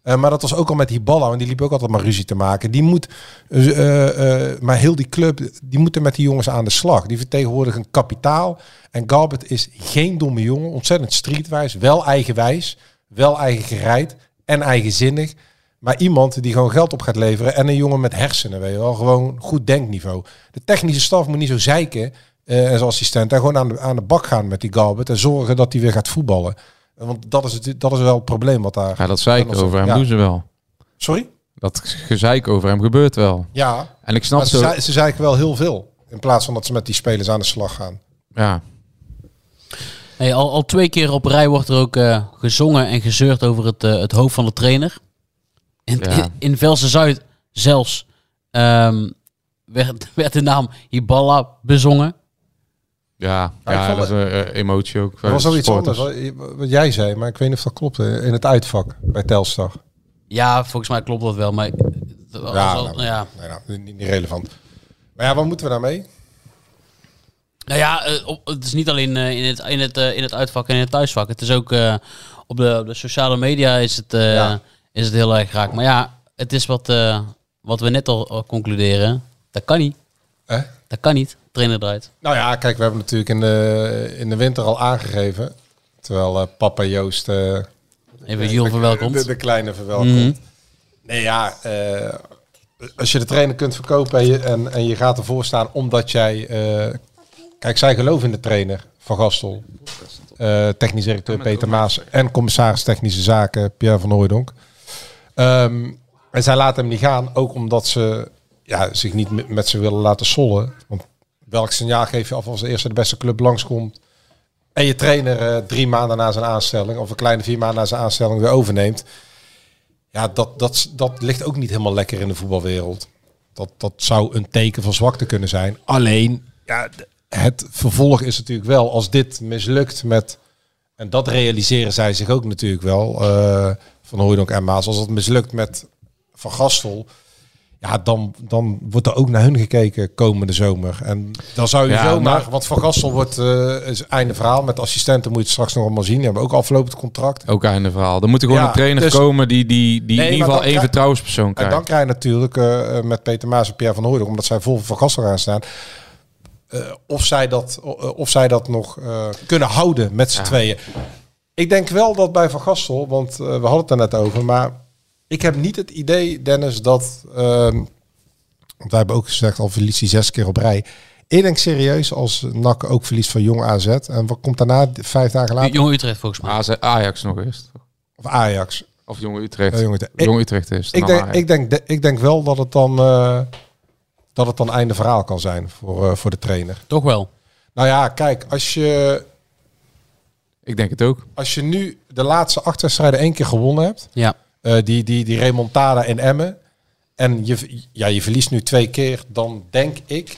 Uh, maar dat was ook al met Hiballa, want die liep ook altijd maar ruzie te maken. Die moet, uh, uh, maar heel die club, die moeten met die jongens aan de slag. Die vertegenwoordigen een kapitaal. En Garbutt is geen domme jongen, ontzettend streetwijs, wel eigenwijs, wel eigen gereid en eigenzinnig. Maar iemand die gewoon geld op gaat leveren en een jongen met hersenen, weet je wel, gewoon goed denkniveau. De technische staf moet niet zo zeiken uh, als assistent en gewoon aan de, aan de bak gaan met die Garbutt en zorgen dat hij weer gaat voetballen. Want dat is, het, dat is wel het probleem wat daar... Ja, dat zeik over hem ja. doen ze wel. Sorry? Dat gezeik over hem gebeurt wel. Ja, en ik snap maar ze, zo... ze zeiken wel heel veel. In plaats van dat ze met die spelers aan de slag gaan. Ja. Hey, al, al twee keer op rij wordt er ook uh, gezongen en gezeurd over het, uh, het hoofd van de trainer. In, ja. in, in Velsen-Zuid zelfs um, werd, werd de naam Hiballa bezongen. Ja, ja, ja dat is een uh, emotie ook. Er was zoiets anders wat, wat jij zei, maar ik weet niet of dat klopt. In het uitvak bij Telstar. Ja, volgens mij klopt dat wel. Maar dat ja, al, nou, ja. Nee, nou, niet, niet relevant. Maar ja, wat moeten we daarmee? Nou ja, uh, op, het is niet alleen uh, in, het, in, het, uh, in het uitvak en in het thuisvak. Het is ook uh, op, de, op de sociale media is het, uh, ja. is het heel erg raak. Maar ja, het is wat, uh, wat we net al, al concluderen. Dat kan niet. Eh? Dat kan niet. Trainer draait. Nou ja, kijk, we hebben natuurlijk in de, in de winter al aangegeven. Terwijl uh, papa Joost... Uh, Even Jules verwelkomt. De, de kleine verwelkomt. Mm-hmm. Nee ja, uh, als je de trainer kunt verkopen en je, en, en je gaat ervoor staan omdat jij... Uh, kijk, zij geloven in de trainer van Gastel. Uh, technisch directeur Peter Maas en commissaris technische zaken Pierre van Hooijdonk. Um, en zij laten hem niet gaan, ook omdat ze ja, zich niet met, met ze willen laten sollen. Want welk signaal geef je af als de eerste de beste club langskomt en je trainer uh, drie maanden na zijn aanstelling of een kleine vier maanden na zijn aanstelling weer overneemt. Ja, dat, dat, dat ligt ook niet helemaal lekker in de voetbalwereld. Dat, dat zou een teken van zwakte kunnen zijn. Alleen, ja, het vervolg is natuurlijk wel, als dit mislukt met, en dat realiseren zij zich ook natuurlijk wel, uh, Van Hooijdonk en Maas, als het mislukt met Van Gastel, ja, dan, dan wordt er ook naar hun gekeken komende zomer. En dan zou je ja, zomaar, maar, want Van Gastel wordt uh, is einde verhaal. Met assistenten moet je het straks nog allemaal zien. Die hebben ook aflopend contract. Ook einde verhaal. Er moet er gewoon ja, een trainer dus, komen die, die, die nee, in ieder geval één vertrouwenspersoon krijgt. En dan krijg je natuurlijk uh, met Peter Maas en Pierre van Hooijdonk, omdat zij vol Van Gastel gaan staan. Uh, of, zij dat, uh, of zij dat nog uh, kunnen houden met z'n ja. tweeën. Ik denk wel dat bij Van Gastel, want uh, we hadden het er net over, maar ik heb niet het idee, Dennis, dat... Uh, want wij hebben ook gezegd, al verliest hij zes keer op rij. Ik denk serieus, als N A C ook verliest van Jong A Z. En wat komt daarna, vijf dagen later? Jong Utrecht volgens mij. A Z, Ajax nog eerst. Of Ajax. Of Jong Utrecht. Ja, Jong Utrecht, Jong Utrecht is ik denk, ik, denk, de, ik denk wel dat het dan, uh, dat het dan einde verhaal kan zijn voor, uh, voor de trainer. Toch wel? Nou ja, kijk, als je... Ik denk het ook. Als je nu de laatste acht wedstrijden één keer gewonnen hebt. Ja. Uh, die, die, die remontada in Emmen. En je, ja, je verliest nu twee keer. Dan denk ik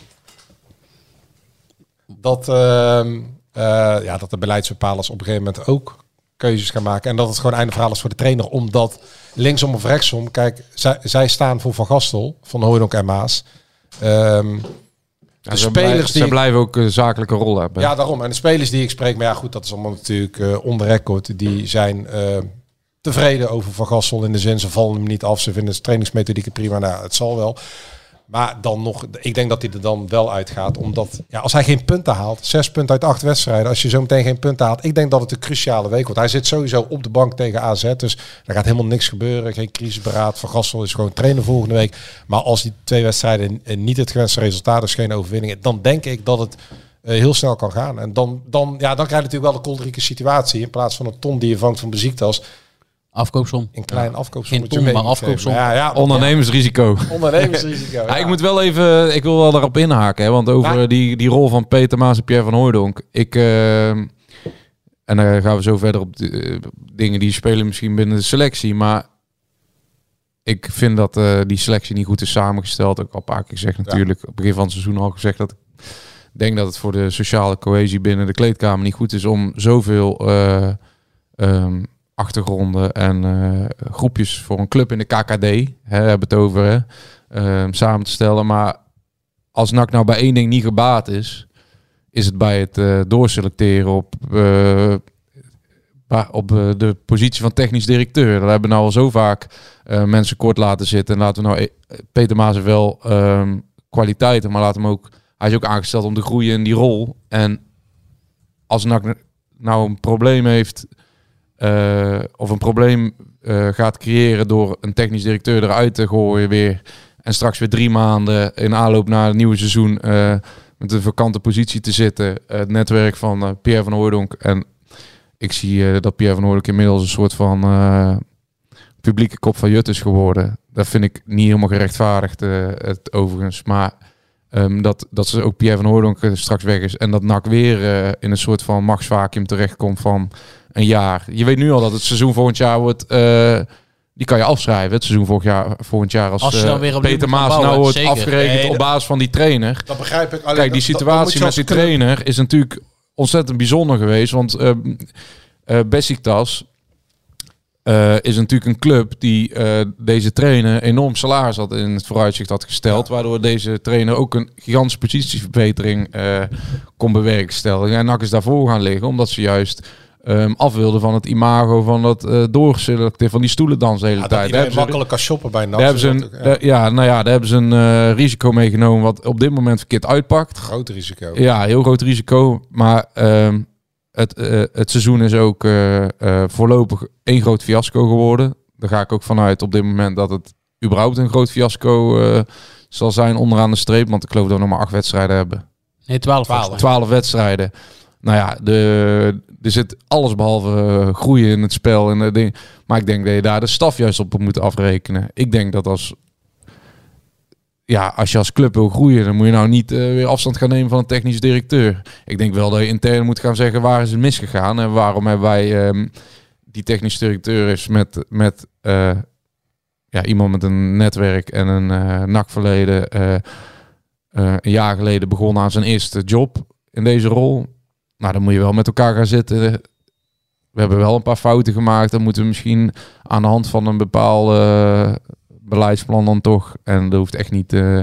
dat, uh, uh, ja, dat de beleidsbepalers op een gegeven moment ook keuzes gaan maken. En dat het gewoon einde verhaal is voor de trainer. Omdat linksom of rechtsom, kijk, zij, zij staan voor Van Gastel, Van Hooijdonk en Maas. Um, Ja, de ze spelers blijven, die... Ze blijven ook een zakelijke rol hebben. Ja, daarom. En de spelers die ik spreek, maar ja goed, dat is allemaal natuurlijk uh, on the record. Die zijn uh, tevreden over Van Gastel in de zin, ze vallen hem niet af. Ze vinden de trainingsmethodieken prima. Nou, het zal wel. Maar dan nog, ik denk dat hij er dan wel uitgaat. Omdat, ja, als hij geen punten haalt, zes punten uit acht wedstrijden. Als je zo meteen geen punten haalt, ik denk dat het een cruciale week wordt. Hij zit sowieso op de bank tegen A Z. Dus er gaat helemaal niks gebeuren. Geen crisisberaad. Van Gastel is gewoon trainer volgende week. Maar als die twee wedstrijden niet het gewenste resultaat is, geen overwinningen, dan denk ik dat het uh, heel snel kan gaan. En dan, dan, ja, dan krijg je natuurlijk wel de kolderieke situatie. In plaats van een ton die je vangt van Besiktas. Afkoopsom. Een klein ja. afkoopsom. Geen ton, maar afkoopsom. Ja, ja, ondernemersrisico. Ondernemersrisico. Ja. Ja, ik moet wel even, ik wil wel daarop inhaken, hè, want over ja. die, die rol van Peter Maas en Pierre van Hooijdonk. Ik, uh, en dan gaan we zo verder op de, uh, dingen die spelen misschien binnen de selectie, maar ik vind dat uh, die selectie niet goed is samengesteld. Ik heb al een paar keer gezegd natuurlijk, ja. op het begin van het seizoen al gezegd dat ik denk dat het voor de sociale cohesie binnen de kleedkamer niet goed is om zoveel Uh, um, achtergronden en uh, groepjes voor een club in de K K D, hè, hebben het over, hè, uh, samen te stellen. Maar als N A C nou bij één ding niet gebaat is, is het bij het uh, doorselecteren op uh, waar, op uh, de positie van technisch directeur. Daar hebben we nou al zo vaak uh, mensen kort laten zitten. En laten we nou uh, Peter Maas heeft wel um, kwaliteiten, maar laat hem ook. Hij is ook aangesteld om te groeien in die rol. En als N A C nou een probleem heeft uh, of een probleem uh, gaat creëren door een technisch directeur eruit te gooien weer en straks weer drie maanden in aanloop naar het nieuwe seizoen uh, met een vakante positie te zitten. Uh, het netwerk van uh, Pierre van Hooijdonk. En ik zie uh, dat Pierre van Hooijdonk inmiddels een soort van uh, publieke kop van Jut is geworden. Dat vind ik niet helemaal gerechtvaardigd, uh, het overigens. Maar um, dat, dat ze ook Pierre van Hooijdonk straks weg is en dat N A C weer uh, in een soort van machtsvacuum terechtkomt van een jaar. Je weet nu al dat het seizoen volgend jaar wordt. Uh, die kan je afschrijven. Het seizoen volgend jaar, volgend jaar als, als uh, weer Peter Maas bouwen, nou wordt zeker. afgerekend nee, op basis van die trainer. Dat begrijp ik. Alleen, Kijk, die situatie met die kunnen... trainer is natuurlijk ontzettend bijzonder geweest. Want uh, uh, Besiktas uh, is natuurlijk een club die uh, deze trainer enorm salaris had in het vooruitzicht had gesteld. Ja. Waardoor deze trainer ook een gigantische positieverbetering uh, kon bewerkstelligen. En N A C is daarvoor gaan liggen, omdat ze juist Um, af wilden van het imago van dat uh, doorgeselecteerd van die stoelendans de hele ja, tijd. Dat iedereen makkelijk kan shoppen bij N A C. Daar hebben ze een, ja. Uh, ja, nou ja, daar hebben ze een uh, risico meegenomen wat op dit moment verkeerd uitpakt. Groot risico. Ja, heel groot risico. Maar um, het, uh, het seizoen is ook uh, uh, voorlopig één groot fiasco geworden. Daar ga ik ook vanuit op dit moment dat het überhaupt een groot fiasco uh, zal zijn onderaan de streep. Want ik geloof dat we nog maar acht wedstrijden hebben. Nee, twaalf. Twaalf wedstrijden. Nou ja, de, er zit alles behalve uh, groeien in het spel. En, uh, ding. Maar ik denk dat je daar de staf juist op moet afrekenen. Ik denk dat als, ja, als je als club wil groeien, dan moet je nou niet uh, weer afstand gaan nemen van een technisch directeur. Ik denk wel dat je intern moet gaan zeggen waar is het misgegaan. En waarom hebben wij um, die technisch directeur is met, met uh, ja, iemand met een netwerk en een uh, N A C-verleden uh, uh, een jaar geleden begonnen aan zijn eerste job in deze rol. Nou, dan moet je wel met elkaar gaan zitten. We hebben wel een paar fouten gemaakt. Dan moeten we misschien aan de hand van een bepaald uh, beleidsplan dan toch. En dat hoeft echt niet uh,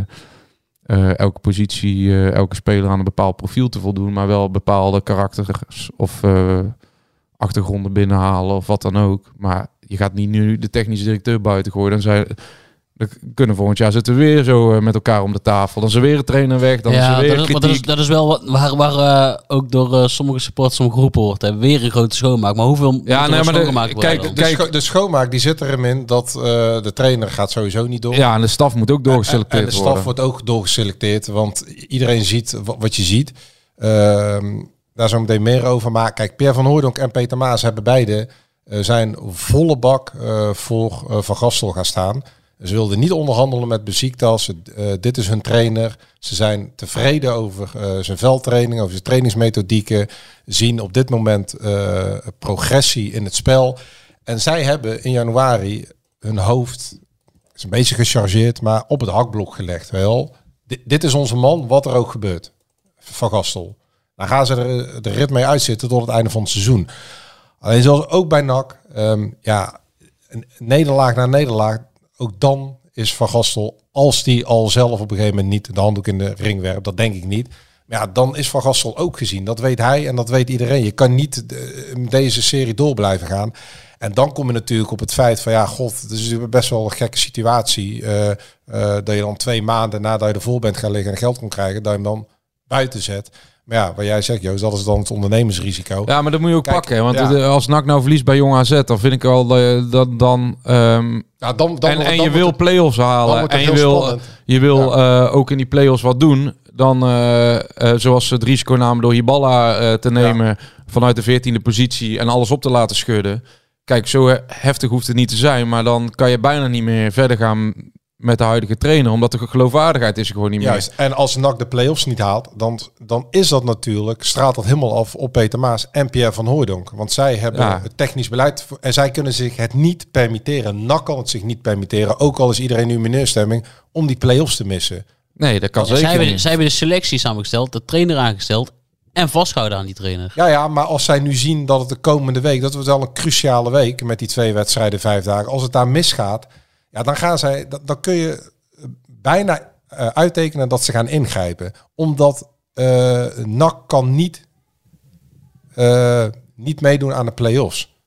uh, elke positie, uh, elke speler aan een bepaald profiel te voldoen. Maar wel bepaalde karakters of uh, achtergronden binnenhalen of wat dan ook. Maar je gaat niet nu de technische directeur buiten gooien. Dan zijn... We kunnen volgend jaar zitten weer zo uh, met elkaar om de tafel. Dan is er weer een trainer weg. Dan ja, is er weer dat is, kritiek. Dat is, dat is wel wat, waar, waar uh, ook door uh, sommige supporters om geroepen wordt. Hè. Weer een grote schoonmaak. Maar hoeveel ja, moet nee, er maar schoongemaakt worden? Kijk, de, scho- de schoonmaak die zit er in dat uh, de trainer gaat sowieso niet door. Ja, en de staf moet ook doorgeselecteerd worden. En de staf worden. wordt ook doorgeselecteerd. Want iedereen ziet wat je ziet. Uh, daar zo meteen meer over. Maar kijk, Pierre van Hooijdonk en Peter Maas hebben beide uh, zijn volle bak uh, voor uh, Van Gastel gaan staan. Ze wilden niet onderhandelen met Besiktas. Uh, dit is hun trainer. Ze zijn tevreden over uh, zijn veldtraining, over zijn trainingsmethodieken. Zien op dit moment uh, progressie in het spel. En zij hebben in januari hun hoofd, is een beetje gechargeerd, maar op het hakblok gelegd. Wel, D- dit is onze man, wat er ook gebeurt. Van Gastel. Dan gaan ze er de rit mee uitzitten tot het einde van het seizoen. Alleen zoals ook bij N A C, um, ja, een nederlaag na nederlaag. Ook dan is Van Gastel, als die al zelf op een gegeven moment niet de handdoek in de ring werpt, dat denk ik niet. Maar ja, dan is Van Gastel ook gezien. Dat weet hij en dat weet iedereen. Je kan niet de, deze serie door blijven gaan. En dan kom je natuurlijk op het feit van, ja, god, het is natuurlijk best wel een gekke situatie. Uh, uh, dat je dan twee maanden nadat je ervoor bent gaan liggen en geld kon krijgen, dat je hem dan buiten zet. Maar ja, wat jij zegt, Joost, dat is dan het ondernemersrisico. Ja, maar dat moet je ook Kijk, pakken. Hè? Want ja. als N A C nou verliest bij Jong A Z, dan vind ik al dat, dat dan... Um, ja, dan, dan en wordt, en dan je wil het, play-offs halen. En je wil, spannend. je wil ja. uh, ook in die play-offs wat doen. Dan, uh, uh, zoals het risico namen door Hiballa uh, te nemen ja. vanuit de veertiende positie en alles op te laten schudden. Kijk, zo heftig hoeft het niet te zijn. Maar dan kan je bijna niet meer verder gaan met de huidige trainer, omdat de geloofwaardigheid is er gewoon niet meer. Juist. En als N A C de play-offs niet haalt, dan, dan is dat natuurlijk, straalt dat helemaal af op Peter Maas en Pierre van Hooijdonk. Want zij hebben ja. het technisch beleid en zij kunnen zich het niet permitteren. N A C kan het zich niet permitteren, ook al is iedereen nu mineurstemming, om die play-offs te missen. Nee, dat kan ja, zeker zij hebben, niet. zij hebben de selectie samengesteld, de trainer aangesteld en vastgehouden aan die trainer. Ja, ja, maar als zij nu zien dat het de komende week, dat wordt wel een cruciale week met die twee wedstrijden, vijf dagen. Als het daar misgaat, ja, dan gaan zij, dan, dan kun je bijna uh, uittekenen dat ze gaan ingrijpen. Omdat uh, N A C kan niet, uh, niet meedoen aan de play-offs.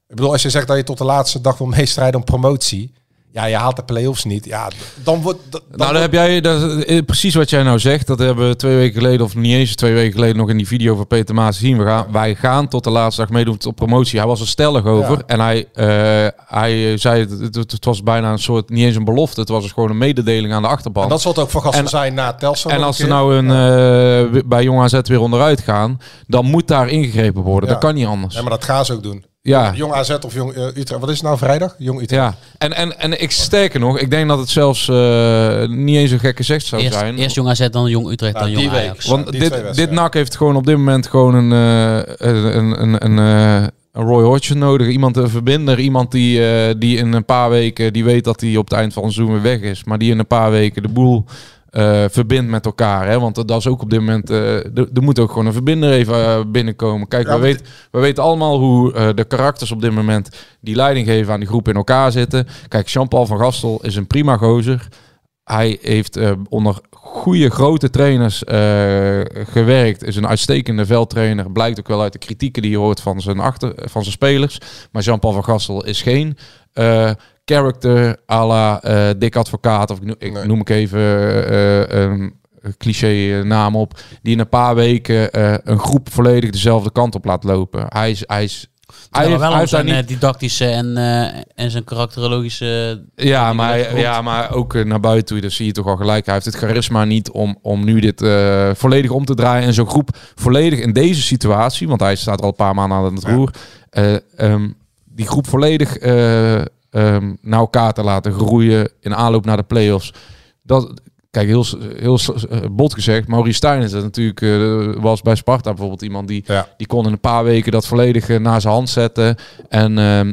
Ik bedoel, als je zegt dat je tot de laatste dag wil meestrijden om promotie... Ja, je haalt de play-offs niet. Ja, dan wordt... Dan nou, dan wordt... heb jij... Dat is precies wat jij nou zegt. Dat hebben we twee weken geleden, of niet eens twee weken geleden... nog in die video van Peter Maas gezien. We gaan, wij gaan tot de laatste dag meedoen op promotie. Hij was er stellig over. Ja. En hij, uh, hij zei, het, het, het was bijna een soort... Niet eens een belofte. Het was dus gewoon een mededeling aan de achterban. En dat zal het ook voor gasten zijn na Telstar. En als ze nou een, ja. uh, bij Jong A Z weer onderuit gaan... dan moet daar ingegrepen worden. Ja. Dat kan niet anders. Ja, maar dat gaan ze ook doen. Ja. Jong A Z of Jong uh, Utrecht. Wat is het nou vrijdag? Jong Utrecht. Ja. En, en, en ik sterker nog, ik denk dat het zelfs uh, niet eens een gekke zegt zou eerst, zijn. Eerst Jong A Z, dan Jong Utrecht, nou, dan Jong week. Ajax. Want ja, dit, dit N A C heeft gewoon op dit moment gewoon een, uh, een, een, een, uh, een Roy Hodgson nodig. Iemand een verbinder. Iemand die, uh, die in een paar weken, die weet dat hij op het eind van het seizoen weer weg is. Maar die in een paar weken de boel... Uh, verbindt met elkaar. Hè? Want dat is ook op dit moment... Uh, er, er moet ook gewoon een verbinder even uh, binnenkomen. Kijk, ja, we, weet, we weten allemaal hoe uh, de karakters op dit moment... die leiding geven aan die groep in elkaar zitten. Kijk, Jean-Paul van Gastel is een prima gozer. Hij heeft uh, onder goede, grote trainers uh, gewerkt. Is een uitstekende veldtrainer. Blijkt ook wel uit de kritieken die je hoort van zijn, achter, van zijn spelers. Maar Jean-Paul van Gastel is geen... Uh, character à la uh, Dick Advocaat, of ik, no- ik nee. noem ik even uh, een cliché naam op, die in een paar weken uh, een groep volledig dezelfde kant op laat lopen. Hij is... Hij is hij ja, heeft, wel hij zijn niet... didactische en, uh, en zijn karakterologische... Ja, maar, hij, ja, maar ook uh, naar buiten toe, dat zie je toch al gelijk. Hij heeft het charisma niet om, om nu dit uh, volledig om te draaien en zo'n groep volledig in deze situatie, want hij staat er al een paar maanden aan het roer, uh, um, die groep volledig... Uh, Um, naar elkaar te laten groeien in aanloop naar de play-offs. Dat, kijk, heel, heel uh, bot gezegd, Maurice Stijn is dat natuurlijk, uh, was bij Sparta bijvoorbeeld iemand die, ja. die kon in een paar weken dat volledig uh, naar zijn hand zetten en, um,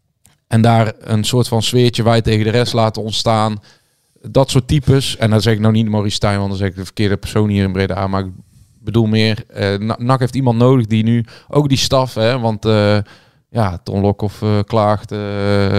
en daar een soort van sfeertje wij tegen de rest laten ontstaan. Dat soort types, en dan zeg ik nou niet Maurice Stijn, want dan zeg ik de verkeerde persoon hier in Breda, maar ik bedoel meer, uh, N A C heeft iemand nodig die nu, ook die staf, hè, want... Uh, Ja, Ton Lokhoff uh, klaagt uh,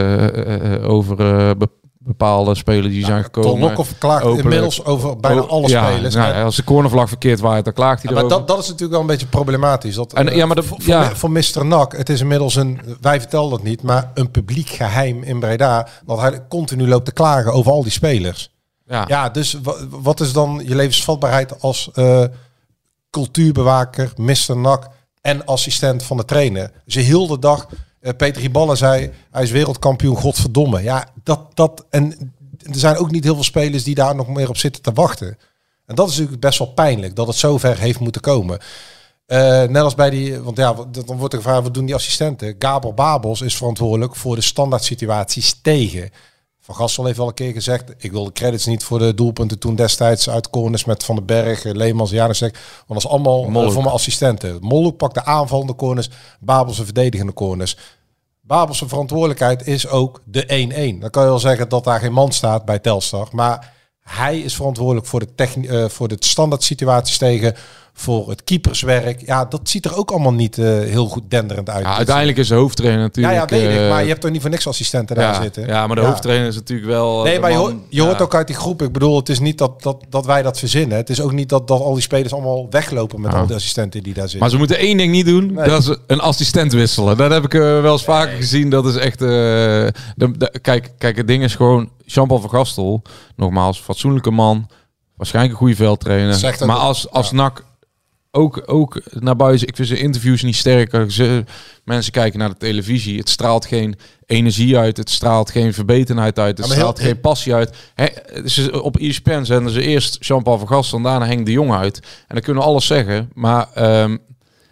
uh, uh, over uh, be- bepaalde spelers die ja, zijn gekomen. Ton Lokhoff klaagt openlijk. Inmiddels over bijna alle ja, spelers. Nou, als de cornervlag verkeerd waait, dan klaagt hij ja, erover. Maar dat, dat is natuurlijk wel een beetje problematisch. Dat, en, uh, ja, maar de, voor, ja. voor, voor mister N A C, het is inmiddels een, wij vertellen dat niet, maar een publiek geheim in Breda, dat hij continu loopt te klagen over al die spelers. Ja, ja dus w- wat is dan je levensvatbaarheid als uh, cultuurbewaker, mister N A C en assistent van de trainer? Dus je heel de dag... Uh, Peter Hiballa zei, hij is wereldkampioen, godverdomme. Ja, dat, dat, en er zijn ook niet heel veel spelers die daar nog meer op zitten te wachten. En dat is natuurlijk best wel pijnlijk, dat het zover heeft moeten komen. Uh, net als bij die, want ja, dan wordt er gevraagd, wat doen die assistenten? Gabor Babels is verantwoordelijk voor de standaard situaties tegen. Van Gastel heeft al een keer gezegd, ik wil de credits niet voor de doelpunten toen destijds uit corners met Van den Berg, Leemans, Janusek. Want dat is allemaal uh, voor mijn assistenten. Molhoek pakt de aanvallende corners, Babels de verdedigende corners. Babels' verantwoordelijkheid is ook de één-één. Dan kan je wel zeggen dat daar geen man staat bij Telstar, maar hij is verantwoordelijk voor de, techni- uh, voor de standaard situaties tegen, voor het keeperswerk. Ja, dat ziet er ook allemaal niet uh, heel goed denderend uit. Ja, uiteindelijk is de hoofdtrainer natuurlijk... Ja, ja, weet uh, ik, maar je hebt toch niet voor niks assistenten ja, daar zitten? Ja, maar de ja. hoofdtrainer is natuurlijk wel... Nee, maar je, man, hoort, je ja. hoort ook uit die groep. Ik bedoel, het is niet dat, dat, dat wij dat verzinnen. Het is ook niet dat, dat al die spelers allemaal weglopen met ja. al die assistenten die daar zitten. Maar ze moeten één ding niet doen, nee. dat is een assistent wisselen. Dat heb ik uh, wel eens vaker nee. gezien. Dat is echt... Uh, de, de, kijk, kijk, het ding is gewoon... Jean-Paul van Gastel, nogmaals, fatsoenlijke man... Waarschijnlijk een goede veldtrainer. Maar als, als ja. N A C ook, ook naar buiten... Ik vind zijn interviews niet sterk. Ze, mensen kijken naar de televisie. Het straalt geen energie uit. Het straalt geen verbetenheid uit. Het ja, straalt heel, geen passie uit. He, ze, op E S P N zenden ze eerst Jean-Paul van Gastel... en daarna Henk de Jong uit. En dan kunnen we alles zeggen. Maar... Um,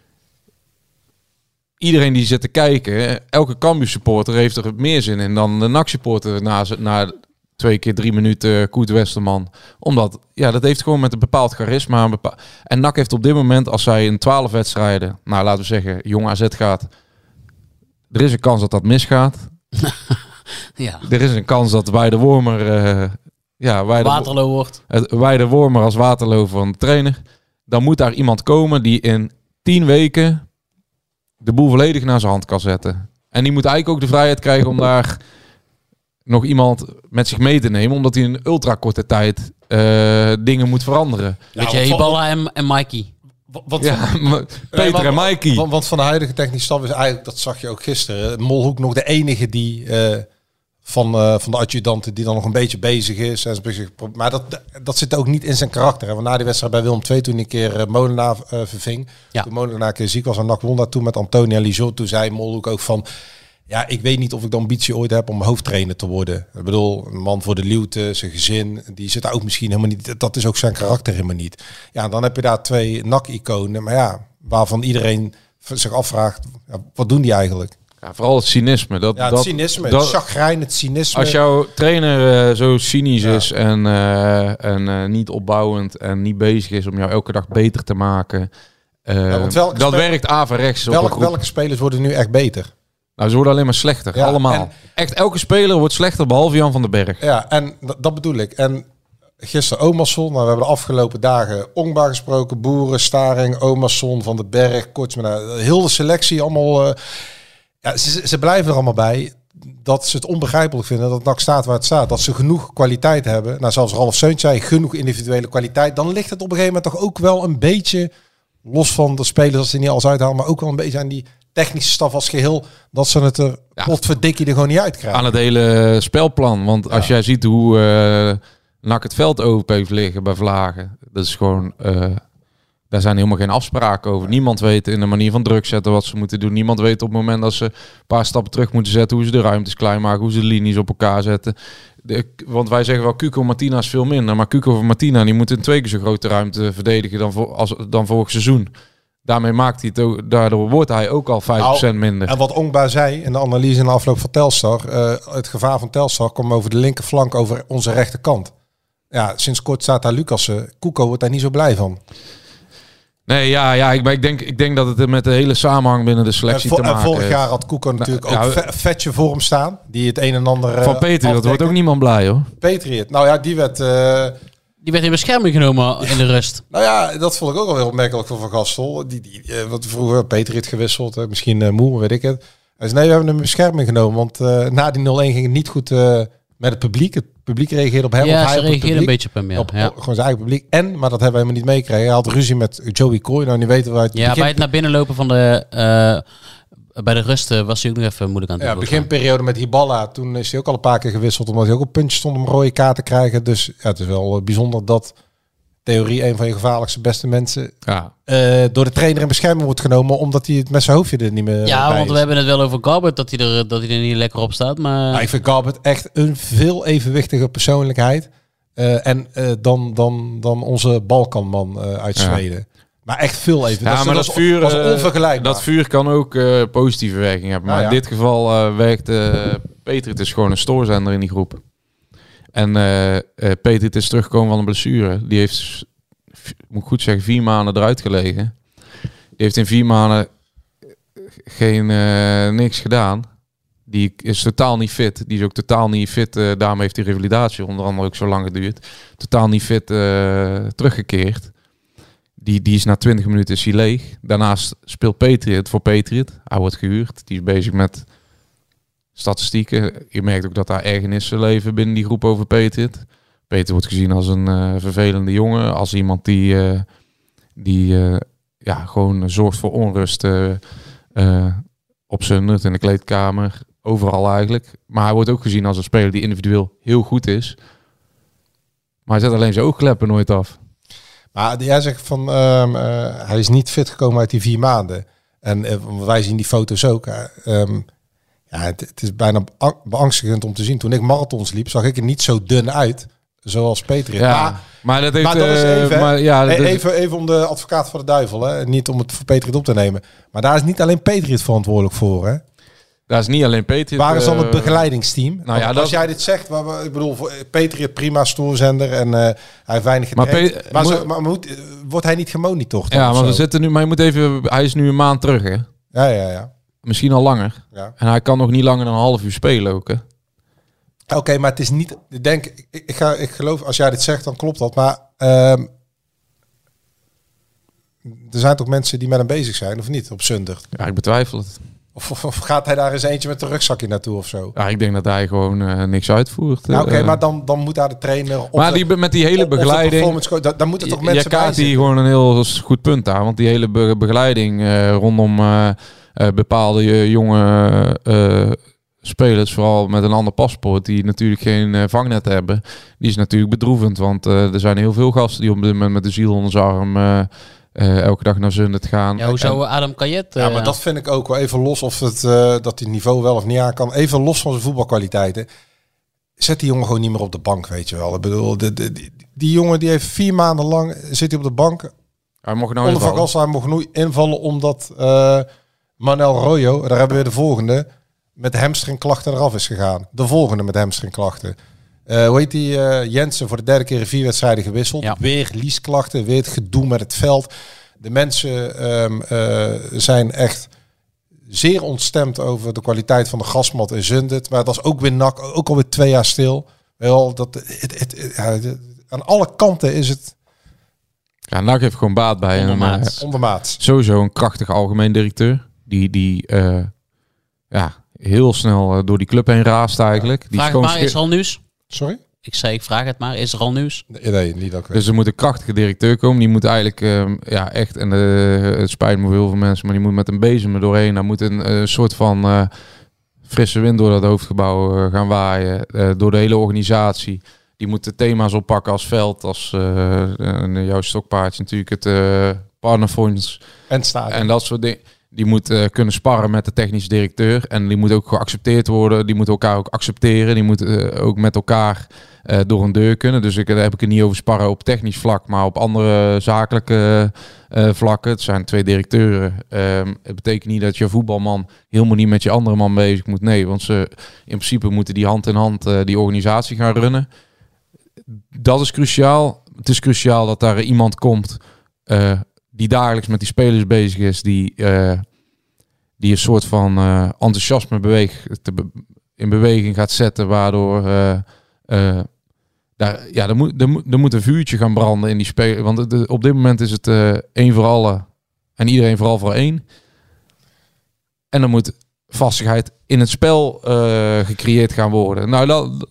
iedereen die zit te kijken... Elke Cambuur supporter heeft er meer zin in... dan de N A C supporter na... na twee keer drie minuten Koert Westerman. Omdat, ja, dat heeft gewoon met een bepaald charisma. Een bepaald... En N A C heeft op dit moment, als zij in twaalf wedstrijden, nou laten we zeggen, Jong A Z gaat, er is een kans dat dat misgaat. ja. Er is een kans dat Weider Wormer, uh, ja, Weider, Waterloo wordt. Weider Wormer als Waterloo van de trainer. Dan moet daar iemand komen die in tien weken de boel volledig naar zijn hand kan zetten. En die moet eigenlijk ook de vrijheid krijgen om daar nog iemand met zich mee te nemen, omdat hij in een ultra korte tijd uh, dingen moet veranderen. Ja, Weet je, Hiballa en, en Mikey. Want, Ja, maar Peter nee, en want, Mikey. Want, want van de huidige technische staf is eigenlijk, dat zag je ook gisteren, Molhoek nog de enige die uh, van, uh, van de adjudanten die dan nog een beetje bezig is. En bezig, maar dat, dat zit ook niet in zijn karakter. Hè. Want na die wedstrijd bij Willem twee, toen hij een keer uh, Molenaar uh, verving, ja. toen Molenaar een keer ziek was en N A C won daar toen met Antonia Lijon, toen zei Molhoek ook van, ja, ik weet niet of ik de ambitie ooit heb om hoofdtrainer te worden. Ik bedoel, een man voor de Lieuwte, zijn gezin, die zit daar ook misschien helemaal niet. Dat is ook zijn karakter helemaal niet. Ja, dan heb je daar twee N A C-iconen, maar ja, waarvan iedereen zich afvraagt, ja, wat doen die eigenlijk? Ja, vooral het cynisme. Dat, ja, het dat, cynisme, dat, het chagrijn, het cynisme. Als jouw trainer uh, zo cynisch ja. is en, uh, en uh, niet opbouwend en niet bezig is om jou elke dag beter te maken, uh, ja, dat spe- werkt averechts. Welke, welke spelers worden nu echt beter? Nou, ze worden alleen maar slechter. Ja, allemaal. En, echt elke speler wordt slechter, behalve Jan van den Berg. Ja, en dat, dat bedoel ik. En gisteren Omerson. Nou, we hebben de afgelopen dagen Ongba gesproken. Boeren, Staring, Omerson, Van den Berg. Kortsman. Heel de selectie allemaal. Uh, ja, ze, ze blijven er allemaal bij. Dat ze het onbegrijpelijk vinden dat het N A C staat waar het staat. Dat ze genoeg kwaliteit hebben. Nou, zoals Ralf Seuntz zei, genoeg individuele kwaliteit. Dan ligt het op een gegeven moment toch ook wel een beetje, los van de spelers als ze niet alles uithalen, maar ook wel een beetje aan die technische staf als geheel, dat ze het er ja, potverdikkie er gewoon niet uitkrijgen. Aan het hele spelplan. Want ja. als jij ziet hoe uh, N A C het veld open heeft liggen bij Vlagen, dat is gewoon, uh, daar zijn helemaal geen afspraken over. Niemand weet in de manier van druk zetten wat ze moeten doen. Niemand weet op het moment dat ze een paar stappen terug moeten zetten, hoe ze de ruimtes klein maken, hoe ze de linies op elkaar zetten. De, want wij zeggen wel, Cuco Martina is veel minder, maar Cuco Martina die moet in twee keer zo grote ruimte verdedigen dan, voor, als, dan vorig seizoen. Daarmee maakt hij het ook, daardoor wordt hij ook al vijf procent nou, minder. En wat Ongba zei in de analyse in de afloop van Telstar, uh, het gevaar van Telstar kwam over de linkerflank, over onze rechterkant. Ja, sinds kort staat daar Lucassen. Cuco wordt daar niet zo blij van. Nee, ja, ja ik, maar ik, denk, ik denk dat het met de hele samenhang binnen de selectie en vo- te maken heeft. En vorig jaar had Cuco natuurlijk nou, ook ja, Vetje voor hem staan, die het een en ander uh, van Peter, dat wordt ook niemand blij hoor. Patriot, nou ja, die werd... Uh, Die werd in bescherming genomen in de rust. Nou ja, dat vond ik ook wel heel opmerkelijk van Van Gastel. Die, die, uh, wat vroeger Patriot gewisseld, uh, misschien uh, moe, weet ik het. Hij zei, nee, we hebben hem in bescherming genomen, want uh, na die nul-een ging het niet goed uh, met het publiek. Het publiek reageerde op hem. Ja, of hij ze reageerde een beetje beetje op hem, ja. Op, ja. op, gewoon zijn eigen publiek. En, maar dat hebben we helemaal niet meegekregen. Hij had ruzie met Joey Coy. Nou, nu weten we uit het Ja, begin... bij het naar binnen lopen van de... Uh, bij de rust uh, was hij ook nog even moeilijk aan het doen. Ja, beginperiode met Hiballa. Toen is hij ook al een paar keer gewisseld, omdat hij ook op puntjes stond om een rode kaart te krijgen. Dus ja, het is wel uh, bijzonder dat theorie een van je gevaarlijkste beste mensen ja. uh, door de trainer in bescherming wordt genomen, omdat hij het met zijn hoofdje er niet meer Ja, bij want is. we hebben het wel over Garbert, dat hij er, dat hij er niet lekker op staat. Maar Nou, ik vind Garbert echt een veel evenwichtige persoonlijkheid. Uh, en uh, dan, dan, dan onze Balkanman uh, uit Zweden. Ja. Maar echt veel even. Ja, dat, maar dat, dat vuur was onvergelijkbaar. Dat vuur kan ook uh, positieve werking hebben. Maar ja, ja. in dit geval uh, werkt uh, Peter. Het is gewoon een stoorzender in die groep. En uh, uh, Peter het is teruggekomen van een blessure. Die heeft, moet ik goed zeggen, vier maanden eruit gelegen. Die heeft in vier maanden geen uh, niks gedaan. Die is totaal niet fit. Die is ook totaal niet fit. Uh, daarom heeft die revalidatie onder andere ook zo lang geduurd. Totaal niet fit uh, teruggekeerd. Die, die is na twintig minuten is hij leeg. Daarnaast speelt Patriot voor Patriot. Hij wordt gehuurd. Die is bezig met statistieken. Je merkt ook dat daar ergernissen leven binnen die groep over Patriot. Peter wordt gezien als een uh, vervelende jongen. Als iemand die, uh, die uh, ja, gewoon zorgt voor onrust uh, uh, op zijn nut in de kleedkamer. Overal eigenlijk. Maar hij wordt ook gezien als een speler die individueel heel goed is. Maar hij zet alleen zijn oogkleppen nooit af. Maar jij zegt van, um, uh, hij is niet fit gekomen uit die vier maanden. En uh, wij zien die foto's ook. Uh, um, ja, het, het is bijna beangstigend om te zien. Toen ik marathons liep, zag ik er niet zo dun uit, zoals Peter. Ja, maar, maar dat heeft... Maar dat is even, uh, maar, ja, hey, dat... even, even om de advocaat van de duivel. Hè. Niet om het voor Peter op te nemen. Maar daar is niet alleen Peter verantwoordelijk voor, hè? Dat is niet alleen Patriot. Waar is dan het uh, begeleidingsteam? Nou ja, als dat... jij dit zegt, waar we, ik bedoel, Patriot prima stoorzender en uh, hij heeft weinig getraind. Maar, Pe- maar, moet... Zo, maar moet, wordt hij niet gemonitord? Ja, maar we zitten nu, maar je moet even, hij is nu een maand terug, hè? Ja, ja, ja. Misschien al langer. Ja. En hij kan nog niet langer dan een half uur spelen ook, hè? Oké, okay, maar het is niet. Ik denk, ik, ik ga, ik geloof, als jij dit zegt, dan klopt dat. Maar um, er zijn toch mensen die met hem bezig zijn, of niet? Op Zundert. Ja, ik betwijfel het. Of, of, of gaat hij daar eens eentje met een rugzakje naartoe of zo? Ja, ik denk dat hij gewoon uh, niks uitvoert. Nou, Oké, okay, uh, maar dan, dan moet daar de trainer... Of maar de, die, met die hele begeleiding... Daar, daar moeten toch mensen bij zitten. Hier gewoon een heel goed punt aan. Want die hele be- begeleiding uh, rondom uh, uh, bepaalde uh, jonge uh, spelers... vooral met een ander paspoort... die natuurlijk geen uh, vangnet hebben... die is natuurlijk bedroevend. Want uh, er zijn heel veel gasten... die op dit moment met de ziel onder zijn arm... Uh, Uh, elke dag naar Zundert gaan. Ja, hoe zou Adam Kayet... Uh, ja, maar dat vind ik ook wel even los of het uh, dat die niveau wel of niet aan kan. Even los van zijn voetbalkwaliteiten. Zet die jongen gewoon niet meer op de bank, weet je wel. Ik bedoel, de, de, die, die jongen die heeft vier maanden lang zit hij op de bank. Hij mocht nou onder Van Gassel, hij mocht nooit invallen omdat uh, Manel Royo, daar hebben we de volgende, met hamstringklachten eraf is gegaan. De volgende met hamstringklachten. Uh, hoe heet die uh, Jensen voor de derde keer in vier wedstrijden gewisseld. Ja. Weer liesklachten, weer het gedoe met het veld. De mensen um, uh, zijn echt zeer ontstemd over de kwaliteit van de gasmat in Zundert. Maar dat is ook weer nak, ook alweer twee jaar stil. Wel, dat, het, het, het, ja, aan alle kanten is het... Ja, N A C heeft gewoon baat bij. Ondermaat. Een, uh, Ondermaat. Sowieso een krachtige algemeen directeur. Die, die uh, ja, heel snel uh, door die club heen raast eigenlijk. Ja. Die Vraag maar, is er al nieuws? Sorry? Ik zei, ik vraag het maar. Is er al nieuws? Nee, nee niet ook. Dus er moet een krachtige directeur komen. Die moet eigenlijk, uh, ja echt, en uh, het spijt me voor heel veel mensen, maar die moet met een bezem er doorheen. Daar moet een uh, soort van uh, frisse wind door dat hoofdgebouw uh, gaan waaien. Uh, door de hele organisatie. Die moet de thema's oppakken als veld, als uh, uh, jouw stokpaardje natuurlijk, het uh, partnerfonds. En stadion. En dat soort dingen. Die moet uh, kunnen sparren met de technische directeur. En die moet ook geaccepteerd worden. Die moet elkaar ook accepteren. Die moet uh, ook met elkaar uh, door een deur kunnen. Dus ik, daar heb ik het niet over sparren op technisch vlak. Maar op andere zakelijke uh, vlakken. Het zijn twee directeuren. Um, het betekent niet dat je voetbalman helemaal niet met je andere man bezig moet. Nee, want ze in principe moeten die hand in hand uh, die organisatie gaan runnen. Dat is cruciaal. Het is cruciaal dat daar iemand komt... Uh, die dagelijks met die spelers bezig is, die, uh, die een soort van uh, enthousiasme beweeg, te be- in beweging gaat zetten, waardoor uh, uh, daar, ja, er, moet, er, moet, er moet een vuurtje gaan branden in die spelers. Want de, op dit moment is het uh, één voor allen en iedereen vooral voor één. En er moet vastigheid in het spel uh, gecreëerd gaan worden. Nou, dat...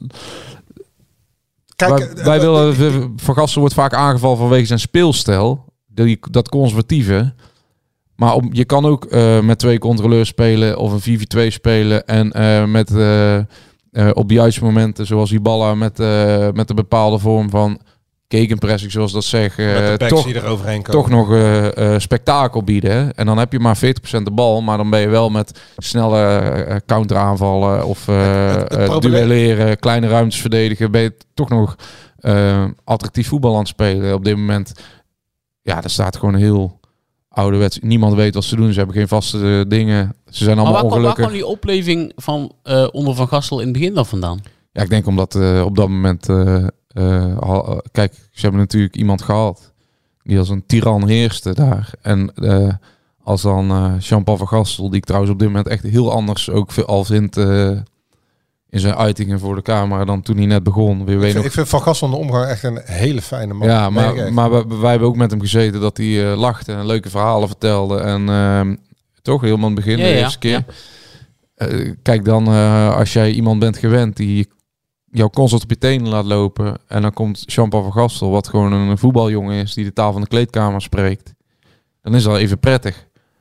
Kijk, wij, wij willen, Van Gassel wordt vaak aangevallen vanwege zijn speelstijl. Die, dat conservatieve. Maar op, je kan ook uh, met twee controleurs spelen of een vier vier twee spelen. En uh, met uh, uh, op de juiste momenten, zoals die ballen met, uh, met een bepaalde vorm van gegenpressing, zoals dat zeggen. Uh, toch, toch nog uh, uh, spektakel bieden. Hè? En dan heb je maar veertig procent de bal. Maar dan ben je wel met snelle uh, counteraanvallen of uh, het, het, het uh, duelleren, kleine ruimtes verdedigen. Ben je toch nog uh, attractief voetbal aan het spelen op dit moment. Ja, er staat gewoon heel ouderwets. Niemand weet wat ze doen. Ze hebben geen vaste uh, dingen. Ze zijn allemaal maar waar ongelukkig. Maar waar kwam die opleving van uh, onder Van Gassel in het begin dan vandaan? Ja, ik denk omdat uh, op dat moment... Uh, uh, al, uh, kijk, ze hebben natuurlijk iemand gehad die als een tiran heerste daar. En uh, als dan uh, Jean-Paul Van Gassel, die ik trouwens op dit moment echt heel anders ook al vind... Uh, in zijn uitingen voor de camera dan toen hij net begon. Weer ik, vind, nog... ik vind Van Gassel in de omgang echt een hele fijne man. Ja, maar, nee, maar wij, wij hebben ook met hem gezeten dat hij uh, lachte en leuke verhalen vertelde. En uh, toch helemaal in het begin, ja, de ja, eerste keer. Ja. Uh, kijk dan, uh, als jij iemand bent gewend die jou constant op je tenen laat lopen. En dan komt Jean-Paul Van Gassel, wat gewoon een voetbaljongen is die de taal van de kleedkamer spreekt. Dan is dat even prettig.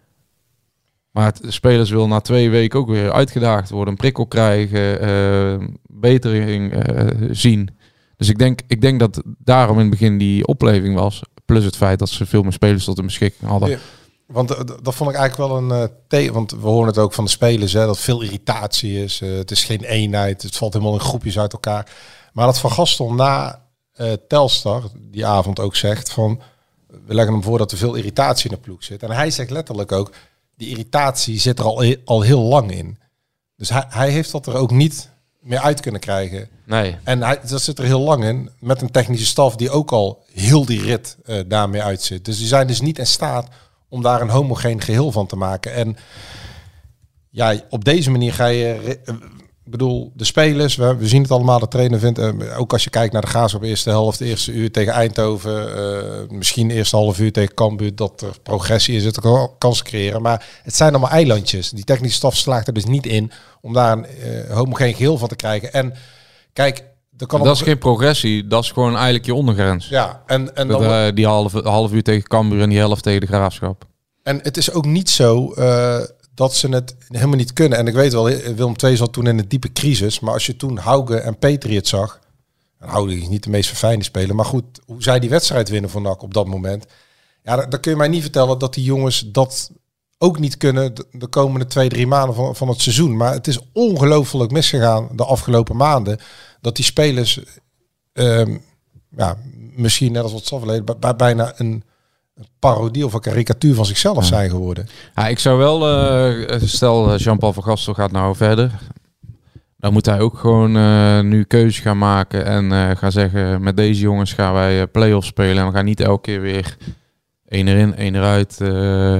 Maar het, de spelers willen na twee weken ook weer uitgedaagd worden, een prikkel krijgen, uh, betering uh, zien. Dus ik denk, ik denk dat daarom in het begin die opleving was. Plus het feit dat ze veel meer spelers tot hun beschikking hadden. Ja, want uh, dat vond ik eigenlijk wel een uh, thema. Want we horen het ook van de spelers, hè, dat veel irritatie is. Uh, het is geen eenheid, het valt helemaal in groepjes uit elkaar. Maar dat Van Gassel na uh, Telstar die avond ook zegt van... we leggen hem voor dat er veel irritatie in de ploeg zit. En hij zegt letterlijk ook... die irritatie zit er al, al heel lang in. Dus hij, hij heeft dat er ook niet meer uit kunnen krijgen. Nee. En hij, dat zit er heel lang in. Met een technische staf die ook al heel die rit uh, daarmee uitzit. Dus die zijn dus niet in staat om daar een homogeen geheel van te maken. En ja, op deze manier ga je... Uh, Ik bedoel, de spelers, we, we zien het allemaal, de trainer vindt, uh, ook als je kijkt naar de Graafschap eerste helft, de eerste uur tegen Eindhoven, uh, misschien eerste half uur tegen Cambuur, dat er progressie is, dat er kansen creëren. Maar het zijn allemaal eilandjes. Die technische staf slaagt er dus niet in om daar een uh, homogeen geheel van te krijgen. En kijk, er kan dat op... is geen progressie, dat is gewoon eigenlijk je ondergrens. Ja, en, en Met, dan... uh, die half, half uur tegen Cambuur en die helft tegen de Graafschap. En het is ook niet zo uh, dat ze het helemaal niet kunnen. En ik weet wel, Willem twee zat toen in een diepe crisis. Maar als je toen Hauge en Petri het zag... En Hauge is niet de meest verfijnde speler. Maar goed, hoe zij die wedstrijd winnen voor N A C op dat moment... Ja, dan, dan kun je mij niet vertellen dat die jongens dat ook niet kunnen... de, de komende twee, drie maanden van, van het seizoen. Maar het is ongelooflijk misgegaan de afgelopen maanden... dat die spelers... Um, ja, misschien net als wat Saffeleden... bij, bijna een... een parodie of een karikatuur van zichzelf ja. zijn geworden. Ja, ik zou wel, uh, stel Jean-Paul van Gastel gaat nou verder, dan moet hij ook gewoon uh, nu keuze gaan maken en uh, gaan zeggen, met deze jongens gaan wij uh, play-offs spelen en we gaan niet elke keer weer één erin, één eruit. Uh,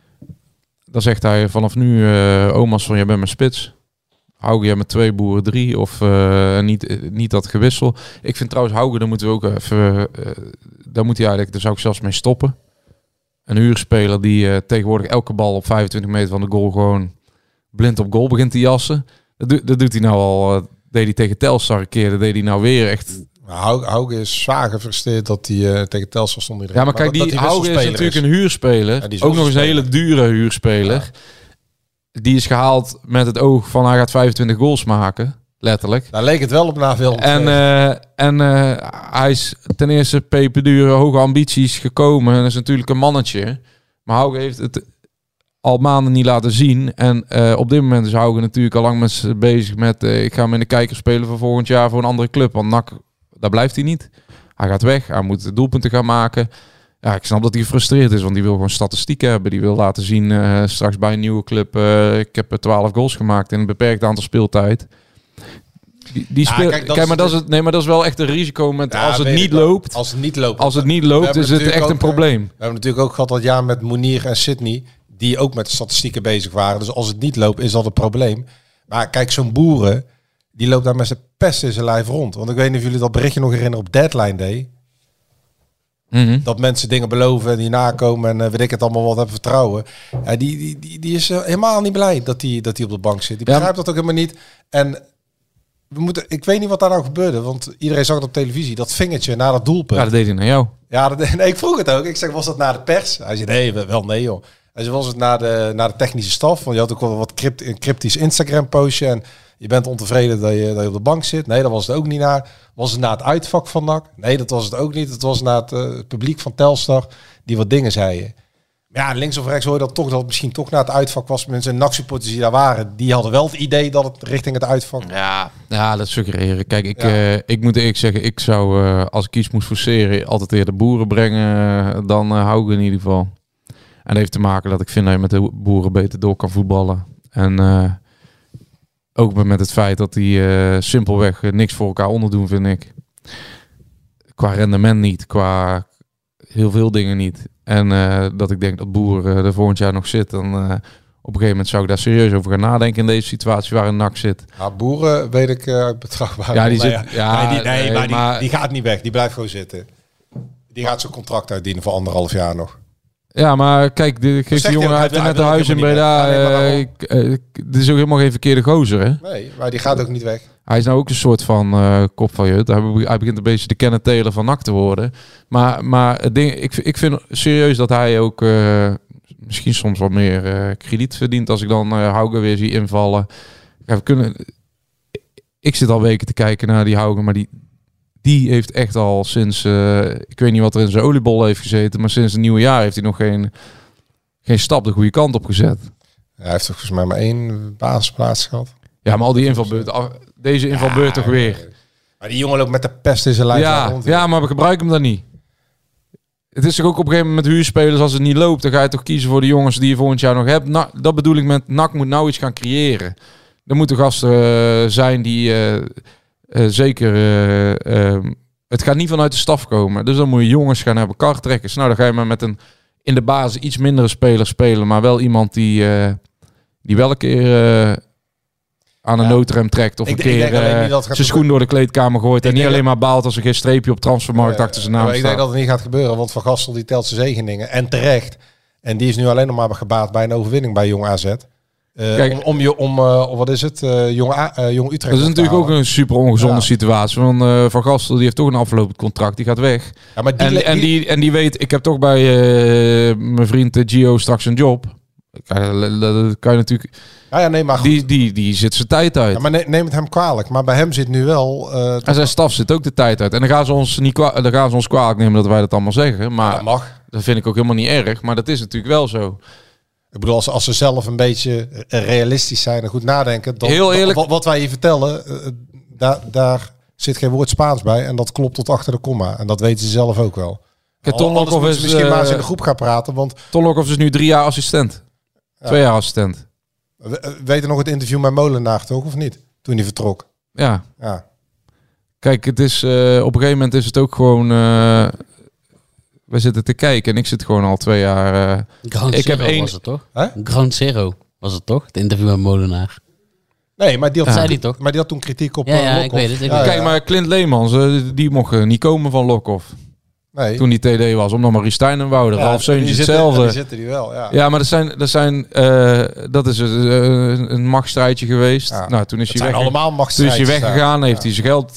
dan zegt hij vanaf nu, uh, Omas van, jij bent mijn spits. Hauge, jij met twee boeren drie of uh, niet, niet dat gewissel. Ik vind trouwens Hauge, daar moeten we ook even, uh, daar moet hij eigenlijk, daar zou ik zelfs mee stoppen. Een huurspeler die uh, tegenwoordig elke bal op vijfentwintig meter van de goal gewoon blind op goal begint te jassen. Dat, do- dat doet hij nou al, uh, deed hij tegen Telstar een keer, dat deed hij nou weer echt... Hauge, Hauge is zwaar gefrustreerd dat hij uh, tegen Telstar stond. Ja, maar kijk, maar die Hauge is natuurlijk is. een huurspeler, ja, ook nog eens een hele dure huurspeler. Ja. Die is gehaald met het oog van hij gaat vijfentwintig goals maken, letterlijk. Daar leek het wel op na veel. En, uh, en uh, hij is ten eerste peperdure, hoge ambities gekomen. Dat is natuurlijk een mannetje. Maar Hauge heeft het al maanden niet laten zien. En uh, op dit moment is Hauge natuurlijk al lang met bezig met... Uh, ik ga hem in de kijker spelen voor volgend jaar voor een andere club. Want N A C, daar blijft hij niet. Hij gaat weg, hij moet doelpunten gaan maken... Ja, ik snap dat hij gefrustreerd is, want die wil gewoon statistieken hebben. Die wil laten zien, uh, straks bij een nieuwe club... Uh, ik heb twaalf goals gemaakt in een beperkt aantal speeltijd. Die, die ja, speel... kijk, dat kijk, maar is dat is het, nee, maar dat is wel echt een risico met ja, als het niet loopt. Als het niet loopt, als het niet loopt is het echt ook, een probleem. We hebben natuurlijk ook gehad dat jaar met Mounir en Sydney... die ook met de statistieken bezig waren. Dus als het niet loopt, is dat een probleem. Maar kijk, zo'n Boeren... die loopt daar met zijn pest in zijn lijf rond. Want ik weet niet of jullie dat berichtje nog herinneren op Deadline Day... Mm-hmm. Dat mensen dingen beloven en die nakomen en uh, weet ik het allemaal wat hebben vertrouwen. Uh, die, die, die, die is uh, helemaal niet blij dat hij dat die op de bank zit. Die begrijpt ja, dat ook helemaal niet. En we moeten, ik weet niet wat daar nou gebeurde, want iedereen zag het op televisie. Dat vingertje naar dat doelpunt. Ja, dat deed hij naar jou. Ja, dat, nee, ik vroeg het ook. Ik zeg, was dat naar de pers? Hij zei, nee, wel nee joh. Hij zei, was het naar de, naar de technische staf? Want je had ook wel wat crypt, een cryptisch Instagram postje en je bent ontevreden dat je, dat je op de bank zit. Nee, dat was het ook niet naar. Was het naar het uitvak van N A C? Nee, dat was het ook niet. Het was naar het, uh, het publiek van Telstar die wat dingen zeiden. Ja, links of rechts hoor je dat toch dat het misschien toch naar het uitvak was. Mensen, N A C-supporters die daar waren, die hadden wel het idee dat het richting het uitvak. Ja, ja, dat suggereren. Kijk, ik, ja. uh, ik moet eerlijk zeggen, ik zou uh, als ik iets moest forceren altijd eerder boeren brengen uh, dan uh, Hauge in ieder geval. En dat heeft te maken dat ik vind dat je met de boeren beter door kan voetballen. En uh, ook met het feit dat die uh, simpelweg uh, niks voor elkaar onderdoen, vind ik. Qua rendement niet, qua heel veel dingen niet. En uh, dat ik denk dat Boer uh, er volgend jaar nog zit. Dan uh, op een gegeven moment zou ik daar serieus over gaan nadenken in deze situatie waarin N A C zit. Ja, Boeren weet ik uh, betrouwbaar. Ja, die nee, zit, ja, nee, die, nee, nee, maar, die, maar die gaat niet weg. Die blijft gewoon zitten. Die gaat zijn contract uitdienen voor anderhalf jaar nog. Ja, maar kijk, de, geeft die jongen uit net een huis in Breda. Dit is ook helemaal geen verkeerde gozer, hè? Nee, maar die gaat ook niet weg. Hij is nou ook een soort van uh, kop van je. Hij begint een beetje de Kenneth Taylor van N A C te worden. Maar, maar het ding, ik, ik vind serieus dat hij ook uh, misschien soms wat meer uh, krediet verdient. Als ik dan uh, Hauge weer zie invallen. Ja, we kunnen, ik zit al weken te kijken naar die Hauge, maar die, die heeft echt al sinds... Uh, ik weet niet wat er in zijn oliebol heeft gezeten, maar sinds het nieuwe jaar heeft hij nog geen, geen stap de goede kant op gezet. Hij heeft toch volgens mij maar één basisplaats gehad. Ja, maar al die invalbeurten, deze invalbeurt ja, toch weer. Maar die jongen loopt met de pest in zijn lijf ja, rond. Ja, maar we gebruiken hem dan niet. Het is toch ook op een gegeven moment met huurspelers, als het niet loopt, dan ga je toch kiezen voor de jongens die je volgend jaar nog hebt. Nou, dat bedoel ik met N A C moet nou iets gaan creëren. Er moeten gasten uh, zijn die uh, uh, zeker... Uh, uh, het gaat niet vanuit de staf komen. Dus dan moet je jongens gaan hebben, kartrekkers. Nou, dan ga je maar met een in de basis iets mindere speler spelen, maar wel iemand die, uh, die wel een keer... Uh, aan een Ja. noodrem trekt. Of Ik- een ik keer denk alleen uh, niet dat het gaat zijn schoen door de kleedkamer gooit. En Ik niet denk alleen maar baalt als er geen streepje op Transfermarkt Ja, achter zijn naam maar ik staat. denk dat het niet gaat gebeuren, want Van Gastel die telt zijn zegeningen. En terecht. En die is nu alleen nog maar gebaat bij een overwinning bij Jong A Z. Uh, Kijk, om, om je om, uh, om wat is het? Uh, Jong, A, uh, Jong Utrecht. Dat is op te natuurlijk ook halen. een super ongezonde Ja. situatie. Want uh, Van Gastel die heeft toch een aflopend contract. Die gaat weg. Ja, maar die, En, en, die, en die weet, ik heb toch bij uh, mijn vriend uh, Gio straks een job. Dat kan je natuurlijk... Ja, ja, nee, maar goed. Die, die, die zit zijn tijd uit. Ja, maar ne- neem het hem kwalijk. Maar bij hem zit nu wel... Uh, En zijn staf zit ook de tijd uit. En dan gaan ze ons niet kwa- dan gaan ze ons kwalijk nemen dat wij dat allemaal zeggen. Maar dat mag. dat vind ik ook helemaal niet erg. Maar dat is natuurlijk wel zo. Ik bedoel, als, als ze zelf een beetje realistisch zijn en goed nadenken... Dan, Heel eerlijk- Wat, wat wij hier vertellen, uh, daar, daar zit geen woord Spaans bij. En dat klopt tot achter de komma. En dat weten ze zelf ook wel. Kijk, Ton Anders Lokhoff moeten is, ze misschien uh, maar eens in de groep gaan praten. Want Ton Lokhoff is nu drie jaar assistent. Ja. Twee jaar assistent. we, we weten nog het interview met Molenaar, toch? Of niet? Toen hij vertrok. Ja. Ja. Kijk, het is, uh, op een gegeven moment is het ook gewoon... Uh, we zitten te kijken en ik zit gewoon al twee jaar... Uh, Ground ik Zero heb één... was het toch? Hè? Ground Zero was het toch? Het interview met Molenaar. Nee, maar die had, Ja. Zei die toch? maar die had toen kritiek op Ja, uh, ja, ik Lokhoff. weet het, ik Ja, weet ja. Kijk, maar Clint Leemans, uh, die mocht uh, niet komen van Lokhoff. Nee. Toen die T D was, omdat Marie Stijn en Wouter. Ja, Ralf Seuntjes die zitten- hetzelfde. Die zitten die wel, ja. Ja, maar dat zijn, dat zijn uh, dat is uh, een machtsstrijdje geweest. Ja. Nou, toen is Het hij zijn weg. allemaal Toen is machtsstrijdjes hij weggegaan, daar. heeft Ja. hij zijn geld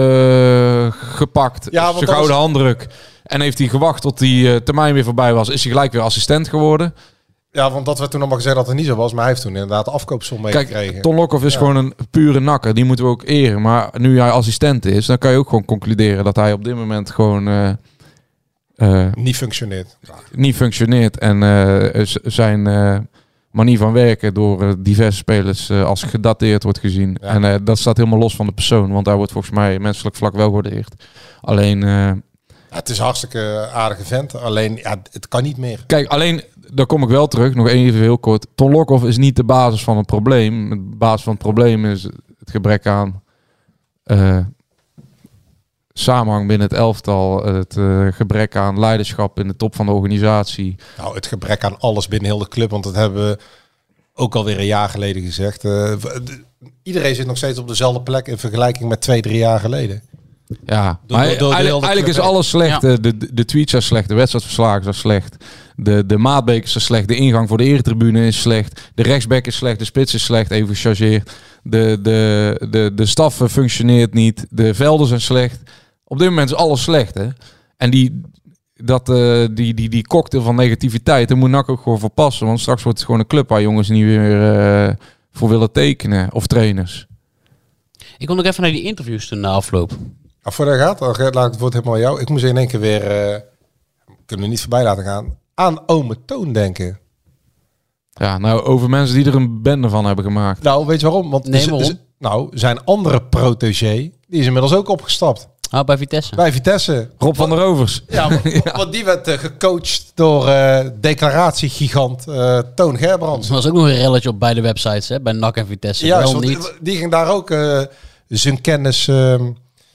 uh, gepakt, Ja, want zijn dat gouden was- handdruk. En heeft hij gewacht tot die uh, termijn weer voorbij was. Is hij gelijk weer assistent geworden. Ja, want dat werd toen allemaal gezegd dat het niet zo was. Maar hij heeft toen inderdaad de afkoopsom meegekregen. Kijk, Ton Lokhoff is Ja. gewoon een pure nakker. Die moeten we ook eren. Maar nu hij assistent is, dan kan je ook gewoon concluderen dat hij op dit moment gewoon uh, uh, Niet functioneert. niet functioneert. En uh, z- zijn uh, manier van werken door uh, diverse spelers uh, als gedateerd wordt gezien. Ja. En uh, dat staat helemaal los van de persoon. Want daar wordt volgens mij menselijk vlak wel gewaardeerd. Alleen... Uh, Ja, het is een hartstikke aardige vent. Alleen, ja, het kan niet meer. Kijk, alleen, daar kom ik wel terug, nog even heel kort. Ton Lokhoff is niet de basis van het probleem. De basis van het probleem is het gebrek aan uh, samenhang binnen het elftal. Het uh, gebrek aan leiderschap in de top van de organisatie. Nou, het gebrek aan alles binnen heel de club. Want dat hebben we ook alweer een jaar geleden gezegd. Uh, d- iedereen zit nog steeds op dezelfde plek in vergelijking met twee, drie jaar geleden. Ja, Door- maar door- door de eigenlijk, hele eigenlijk club is heen. alles slecht. Ja. De, de, de tweets zijn slecht, de wedstrijdverslagen zijn slecht. De, de maatbekers zijn slecht, de ingang voor de eretribune is slecht. De rechtsback is slecht, de spits is slecht, even gechargeerd. De, de, de, de staf functioneert niet, de velden zijn slecht. Op dit moment is alles slecht, hè. En die, dat, uh, die, die, die cocktail van negativiteit, daar moet N A C ook gewoon voor passen. Want straks wordt het gewoon een club waar jongens niet weer uh, voor willen tekenen. Of trainers. Ik kom nog even naar die interviews toen na afloop. Nou, voordat je gaat, dan laat ik het woord helemaal aan jou. Ik moest in één keer weer, uh, kunnen we niet voorbij laten gaan, aan ome Toon denken. Ja, nou, over mensen die er een bende van hebben gemaakt. Nou, weet je waarom? Want Nee, z- waarom? z- nou, zijn andere protégé, die is inmiddels ook opgestapt. Ah, bij Vitesse. Bij Vitesse. Rob van der Rovers. Ja, want, want die werd uh, gecoacht door uh, declaratiegigant uh, Toon Gerbrands. Er was ook nog een relletje op beide websites, hè? Bij N A C en Vitesse. Ja, Wel want niet. die, die ging daar ook uh, zijn kennis uh, uh,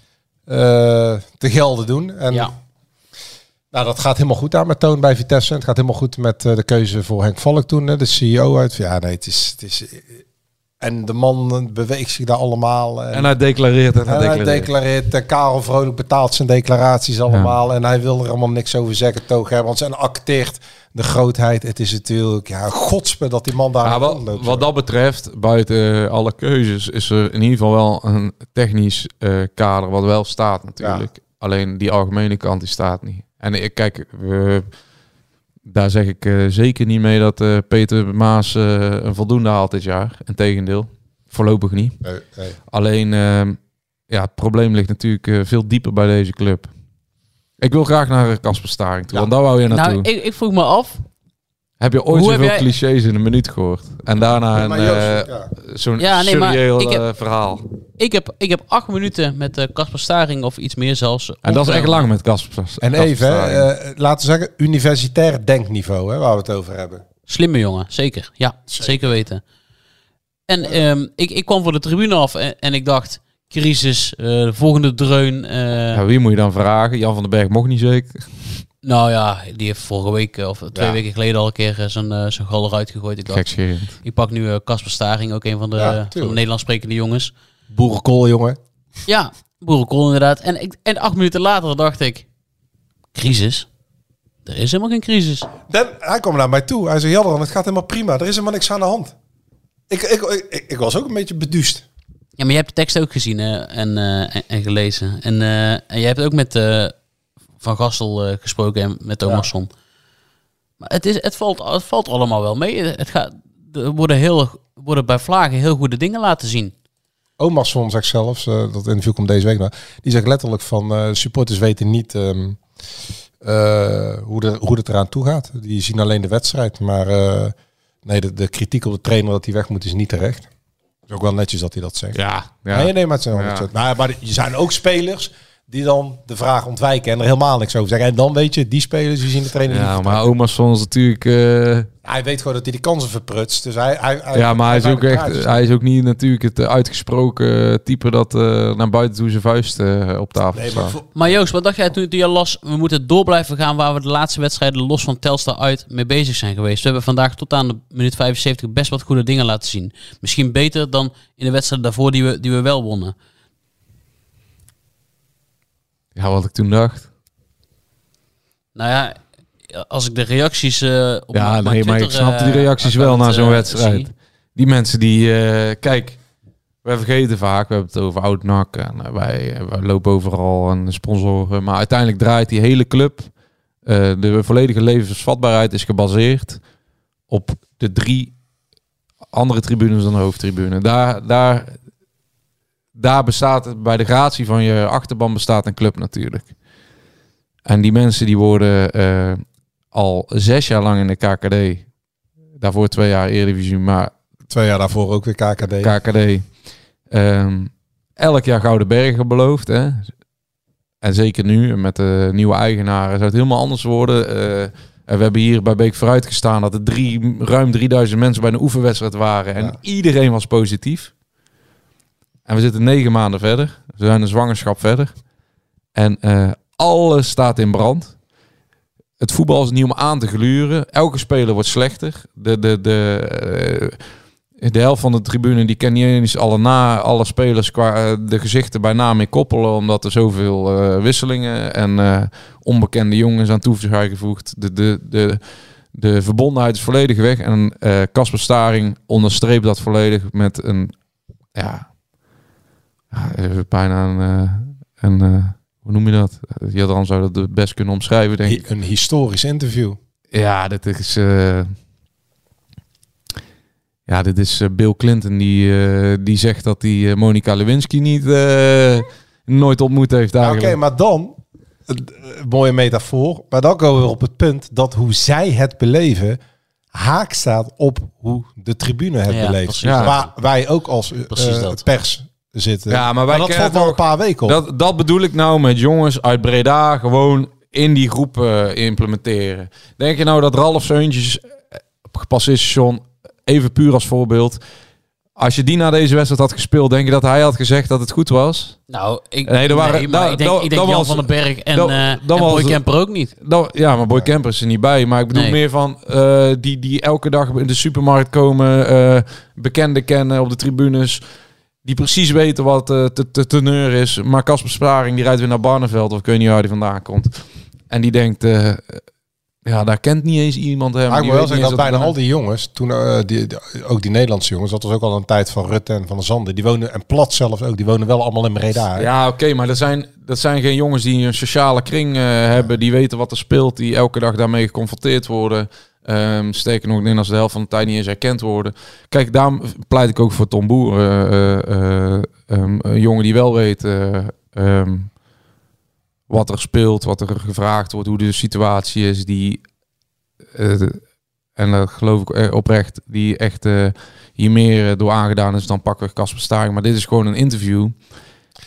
te gelden doen. En Ja. nou, dat gaat helemaal goed daar met Toon bij Vitesse. Het gaat helemaal goed met uh, de keuze voor Henk Valk toen, uh, de C E O uit. Ja, nee, het is... Het is en de man beweegt zich daar allemaal. En, En hij declareert en hij en hij declareert. declareert. En Karel Vrolijk betaalt zijn declaraties allemaal. En hij wil er allemaal niks over zeggen, Toon Gerbrands. En acteert de grootheid. Het is natuurlijk, ja, godspe dat die man daar Ja, wat, rondloopt. wat dat betreft, buiten alle keuzes, is er in ieder geval wel een technisch uh, kader wat wel staat natuurlijk. Ja. Alleen die algemene kant die staat niet. En ik kijk, we, daar zeg ik uh, zeker niet mee dat uh, Peter Maas uh, een voldoende haalt dit jaar. Integendeel, voorlopig niet. Nee, nee. Alleen, uh, ja, het probleem ligt natuurlijk uh, veel dieper bij deze club. Ik wil graag naar Kasper Staring toe, Ja. want daar wou je naartoe. Nou, ik, ik vroeg me af. Heb je ooit Hoe heb zoveel jij- clichés in een minuut gehoord? En daarna Ja, een, maar Joost, uh, ja. zo'n Ja, nee, maar surreëel ik heb- uh, verhaal. Ik heb, ik heb acht minuten met uh, Kasper Staring of iets meer zelfs. En dat is echt opgenomen. lang met Kasper. En Kasper even, Staring. hè, uh, laten we zeggen, universitair denkniveau, hè, waar we het over hebben. Slimme jongen, zeker. Ja, Zeker. zeker, weten. En ehm, ik, ik kwam voor de tribune af en, en ik dacht, crisis, uh, de volgende dreun. Uh, Ja, wie moet je dan vragen? Jan van den Berg mocht niet zeker. Nou ja, die heeft vorige week of twee Ja. weken geleden al een keer uh, zijn, uh, zijn gal eruit gegooid. Ik dacht, Gekscherend. ik pak nu Casper uh, Staring, ook een van de, Ja, van de Nederlands sprekende jongens. Boerenkool, jongen. Ja, boerenkool inderdaad. En, ik, en acht minuten later dacht ik, crisis? Er is helemaal geen crisis. Dan, hij kwam naar mij toe. Hij zei, Jadran, het gaat helemaal prima. Er is helemaal niks aan de hand. Ik, ik, ik, ik was ook een beetje beduust. Ja, maar je hebt de tekst ook gezien uh, en, uh, en, en gelezen. En, uh, en je hebt ook met uh, Van Gastel uh, gesproken en met Thomasson. Ja. Maar het, is, het, valt, het valt allemaal wel mee. Het gaat, er worden, heel, worden bij Vlagen heel goede dingen laten zien. Omarsson zegt zelfs, uh, dat interview komt deze week nog, die zegt letterlijk van uh, supporters weten niet um, uh, hoe, de, hoe het eraan toe gaat. Die zien alleen de wedstrijd. Maar uh, nee, de, de kritiek op de trainer dat hij weg moet is niet terecht. Het is ook wel netjes dat hij dat zegt. Ja, ja. Nee, nee, maar het zijn ja. maar, maar er zijn ook spelers die dan de vraag ontwijken en er helemaal niks over zeggen. En dan weet je, die spelers die zien de trainer ja, niet. Maar Omarsson is natuurlijk... Uh... Hij weet gewoon dat hij de kansen verprutst. Dus hij, hij, hij ja, maar hij, hij is ook echt, hij is ook niet natuurlijk het uitgesproken type dat uh, naar buiten toe zijn vuist uh, op tafel nee, staat. Maar, maar Joost, wat dacht jij toen je las, we moeten door blijven gaan waar we de laatste wedstrijden los van Telstar uit mee bezig zijn geweest. We hebben vandaag tot aan de minuut vijfenzeventig best wat goede dingen laten zien. Misschien beter dan in de wedstrijden daarvoor die we, die we wel wonnen. Ja, wat ik toen dacht. Nou ja, als ik de reacties uh, op ja, mijn, nee, mijn maar Twitter, ik snap die reacties uh, wel na zo'n uh, wedstrijd. Zie. Die mensen die, uh, kijk, we vergeten vaak, we hebben het over oud-N A C en uh, wij, wij lopen overal aan de sponsoren, maar uiteindelijk draait die hele club, uh, de volledige levensvatbaarheid is gebaseerd op de drie andere tribunes dan de hoofdtribune. Daar, daar, daar bestaat, bij de gratie van je achterban bestaat een club natuurlijk. En die mensen die worden uh, al zes jaar lang in de K K D. Daarvoor twee jaar Eredivisie, maar... Twee jaar daarvoor ook weer K K D. K K D. Um, elk jaar Gouden Bergen beloofd. Hè? En zeker nu, met de nieuwe eigenaren, zou het helemaal anders worden. Uh, en we hebben hier bij Beek vooruit gestaan dat er drie, ruim drieduizend mensen bij een oefenwedstrijd waren. En ja. Iedereen was positief. En we zitten negen maanden verder. We zijn een zwangerschap verder. En... Uh, alles staat in brand. Het voetbal is niet om aan te gluren. Elke speler wordt slechter. De, de, de, de helft van de tribune die kan niet eens alle, na, alle spelers qua de gezichten bij naam mee koppelen. Omdat er zoveel uh, wisselingen en uh, onbekende jongens aan toe zijn gevoegd. De, de, de, de verbondenheid is volledig weg. En Casper uh, Staring onderstreept dat volledig met een... Ja, ja bijna een... Uh, een uh, hoe noem je dat? Jadran zou dat het best kunnen omschrijven, denk ik. Een historisch interview. Ja, dit is... Uh... Ja, dit is uh, Bill Clinton die, uh, die zegt dat hij uh, Monica Lewinsky niet uh, nooit ontmoet heeft eigenlijk. Oké, okay, maar dan... Een mooie metafoor. Maar dan komen we op het punt dat hoe zij het beleven... haak staat op hoe de tribune het ja, beleeft. Ja. Waar wij ook als uh, pers... zitten. Ja, maar wij maar dat valt wel een paar weken op. Dat, dat bedoel ik nou met jongens uit Breda gewoon in die groep uh, implementeren. Denk je nou dat Ralf Seuntjes op gepasseerd station, even puur als voorbeeld, als je die na deze wedstrijd had gespeeld, denk je dat hij had gezegd dat het goed was? Nou, ik, nee, er waren, nee, maar da, ik denk, da, ik denk Jan was, van den Berg en, da, uh, en Boy Kemper ook niet. Da, ja, maar Boy ja. Kemper is er niet bij. Maar ik bedoel nee. meer van uh, die, die elke dag in de supermarkt komen, uh, bekenden kennen op de tribunes, die precies weten wat uh, te, te teneur is. Maar Casper Staring, die rijdt weer naar Barneveld, of ik weet niet waar die vandaan komt. En die denkt, uh, ja, daar kent niet eens iemand hem. Maar ik wil wel zeggen dat bijna al die jongens, toen uh, die, die, ook die Nederlandse jongens, dat was ook al een tijd van Rutte en van der Zanden, die wonen, en Plat zelfs ook, die wonen wel allemaal in Breda. Hè? Ja, oké, okay, maar dat zijn, dat zijn geen jongens die een sociale kring uh, hebben, die weten wat er speelt, die elke dag daarmee geconfronteerd worden. Um, sterker nog, ik denk dat ze de helft van de tijd niet eens herkend worden. Kijk, daarom pleit ik ook voor Tom Boer. Uh, uh, uh, um, een jongen die wel weet uh, um, wat er speelt, wat er gevraagd wordt, hoe de situatie is. Die, uh, de, en dat geloof ik oprecht, die echt uh, hier meer door aangedaan is dan pakken we Casper Staring. Maar dit is gewoon een interview.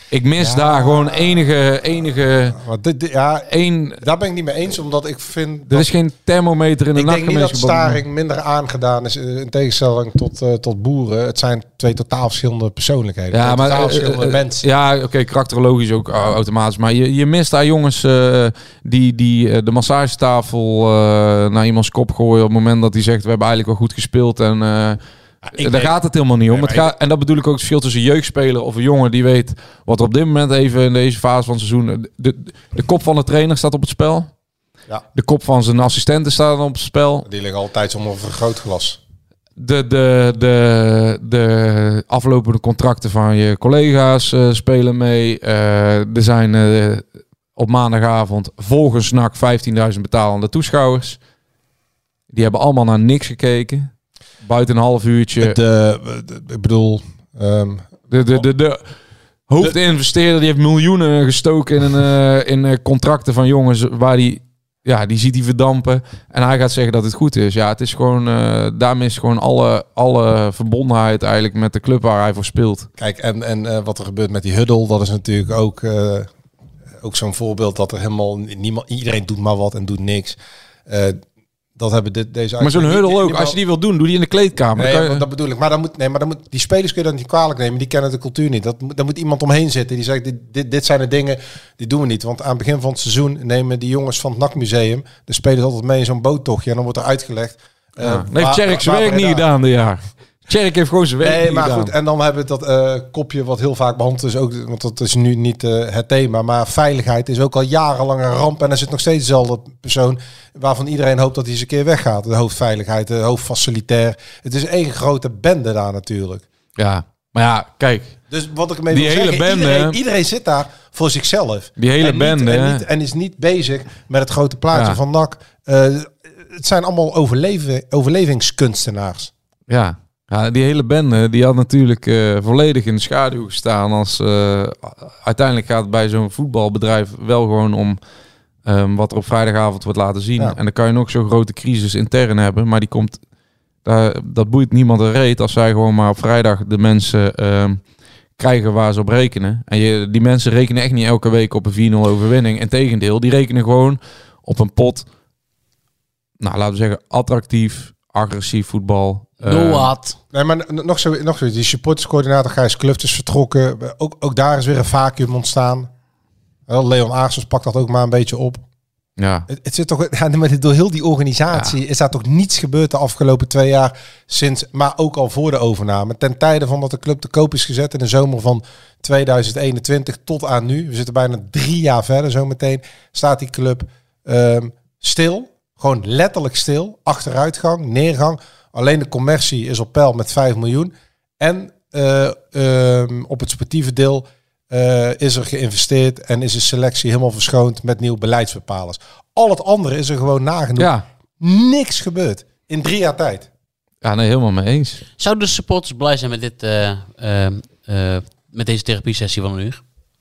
Ik mis Ja. daar gewoon enige... enige Maar dit, dit- ja, één, daar ben ik niet mee eens, omdat ik vind... er dat- is geen thermometer in de ik denk niet dat nachtgemeenschap. Staring minder aangedaan is eh, in tegenstelling tot, uh, tot Boeren. Het zijn twee totaal verschillende persoonlijkheden. Ja, twee maar totaal uh, verschillende uh, mensen. Ja, oké, okay, karakterologisch ook uh, automatisch. Maar je, je mist daar jongens uh, die, die uh, de massagetafel uh, naar iemands kop gooien op het moment dat hij zegt we hebben eigenlijk wel goed gespeeld en... Uh, Ik Daar weet- gaat het helemaal niet om. Nee, Het maar gaat, en dat bedoel ik ook het verschil tussen een jeugdspeler of een jongen die weet wat er op dit moment even in deze fase van het seizoen... De, de, de kop van de trainer staat op het spel. Ja. De kop van zijn assistenten staat op het spel. Die liggen altijd zonder een vergrootglas. De, de, de, de aflopende contracten van je collega's uh, spelen mee. Uh, er zijn uh, op maandagavond volgens N A C vijftienduizend betalende toeschouwers. Die hebben allemaal naar niks gekeken. Buiten een half uurtje. De, de, ik bedoel... Um, De, de, de, de hoofdinvesteerder die heeft miljoenen gestoken in, een, uh, in uh, contracten van jongens waar die, ja, die ziet hij verdampen. En hij gaat zeggen dat het goed is. Ja, het is gewoon, uh, daarmee is gewoon alle, alle verbondenheid eigenlijk met de club waar hij voor speelt. Kijk, en, en uh, wat er gebeurt met die huddle, dat is natuurlijk ook, uh, ook zo'n voorbeeld dat er helemaal niemand, iedereen doet maar wat en doet niks. Uh, Dat hebben dit, deze maar zo'n huddle ook, als je die wil doen, doe die in de kleedkamer. Nee, Dan kan je... dat bedoel ik. Maar dan moet, nee, maar dan moet die spelers kun je dan niet kwalijk nemen. Die kennen de cultuur niet. Dat, daar moet iemand omheen zitten die zegt: dit, dit, dit zijn de dingen die doen we niet. Want aan het begin van het seizoen nemen die jongens van het N A C Museum de spelers altijd mee in zo'n boottochtje en dan wordt er uitgelegd. Ja. Uh, nee, heeft Tjerk zijn werk niet gedaan dit jaar. Tjerk heeft gewoon zijn werk nee, niet maar gedaan. goed. En dan hebben we dat uh, kopje wat heel vaak behandeld is ook, want dat is nu niet uh, het thema. Maar veiligheid is ook al jarenlang een ramp en er zit nog steeds dezelfde persoon waarvan iedereen hoopt dat hij eens een keer weggaat. De hoofdveiligheid, de hoofdfacilitair. Het is één grote bende daar natuurlijk. Ja, maar ja, kijk. Dus wat ik ermee die wil hele zeggen, bende, iedereen, iedereen zit daar voor zichzelf. Die hele en niet, bende. En, niet, en is niet bezig met het grote plaatje Ja. van N A C. Uh, het zijn allemaal overleven, overlevingskunstenaars. Ja. Ja, die hele bende die had natuurlijk uh, volledig in de schaduw gestaan. Als uh, uiteindelijk gaat het bij zo'n voetbalbedrijf wel gewoon om um, wat er op vrijdagavond wordt laten zien. Ja. En dan kan je nog zo'n grote crisis intern hebben, maar die komt, daar, dat boeit niemand een reet als zij gewoon maar op vrijdag de mensen um, krijgen waar ze op rekenen. En je, die mensen rekenen echt niet elke week op een vier nul overwinning. Integendeel, die rekenen gewoon op een pot, nou laten we zeggen, attractief, agressief voetbal. No wat. Nee, maar nog zo, nog zo. Die supporterscoördinator Gijs Kluft is vertrokken. Ook, ook daar is weer een vacuüm ontstaan. Wel, Leon Aarsens pakt dat ook maar een beetje op. Ja. Het, het zit toch, ja, maar door heel die organisatie ja. is daar toch niets gebeurd de afgelopen twee jaar. Sinds, maar ook al voor de overname. Ten tijde van dat de club te koop is gezet in de zomer van tweeduizend eenentwintig tot aan nu. We zitten bijna drie jaar verder zometeen. Staat die club um, stil. Gewoon letterlijk stil. Achteruitgang, neergang. Alleen de commercie is op peil met vijf miljoen. En uh, um, op het sportieve deel uh, is er geïnvesteerd en is de selectie helemaal verschoond met nieuwe beleidsbepalers. Al het andere is er gewoon nagenoeg. Ja. Niks gebeurd in drie jaar tijd. Ja, nee, helemaal mee eens. Zouden de supporters blij zijn met, dit, uh, uh, uh, met deze therapie-sessie van een uur?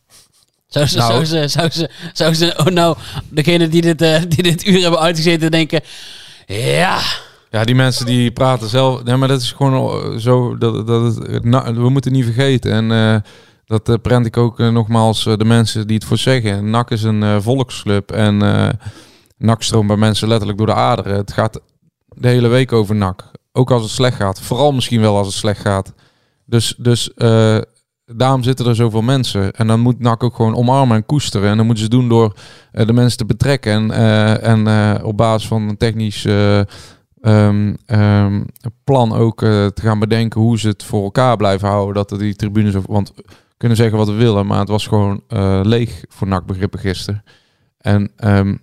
Zou ze, nou. zou ze, zou ze, zou ze, oh nou, degene die dit, uh, die dit uur hebben uitgezeten denken, ja... Ja, die mensen die praten zelf. Nee, maar dat is gewoon zo. Dat, dat het, we moeten niet vergeten. En uh, dat uh, prent ik ook uh, nogmaals uh, de mensen die het voor zeggen. N A C is een uh, volksclub. En uh, N A C stroomt bij mensen letterlijk door de aderen. Het gaat de hele week over N A C. Ook als het slecht gaat. Vooral misschien wel als het slecht gaat. Dus, dus uh, daarom zitten er zoveel mensen. En dan moet N A C ook gewoon omarmen en koesteren. En dan moeten ze doen door uh, de mensen te betrekken. En, uh, en uh, op basis van een technisch... Uh, Um, um, plan ook uh, te gaan bedenken hoe ze het voor elkaar blijven houden. Dat er die tribunes... Want we kunnen zeggen wat we willen, maar het was gewoon uh, leeg voor N A C-begrippen gisteren. En um,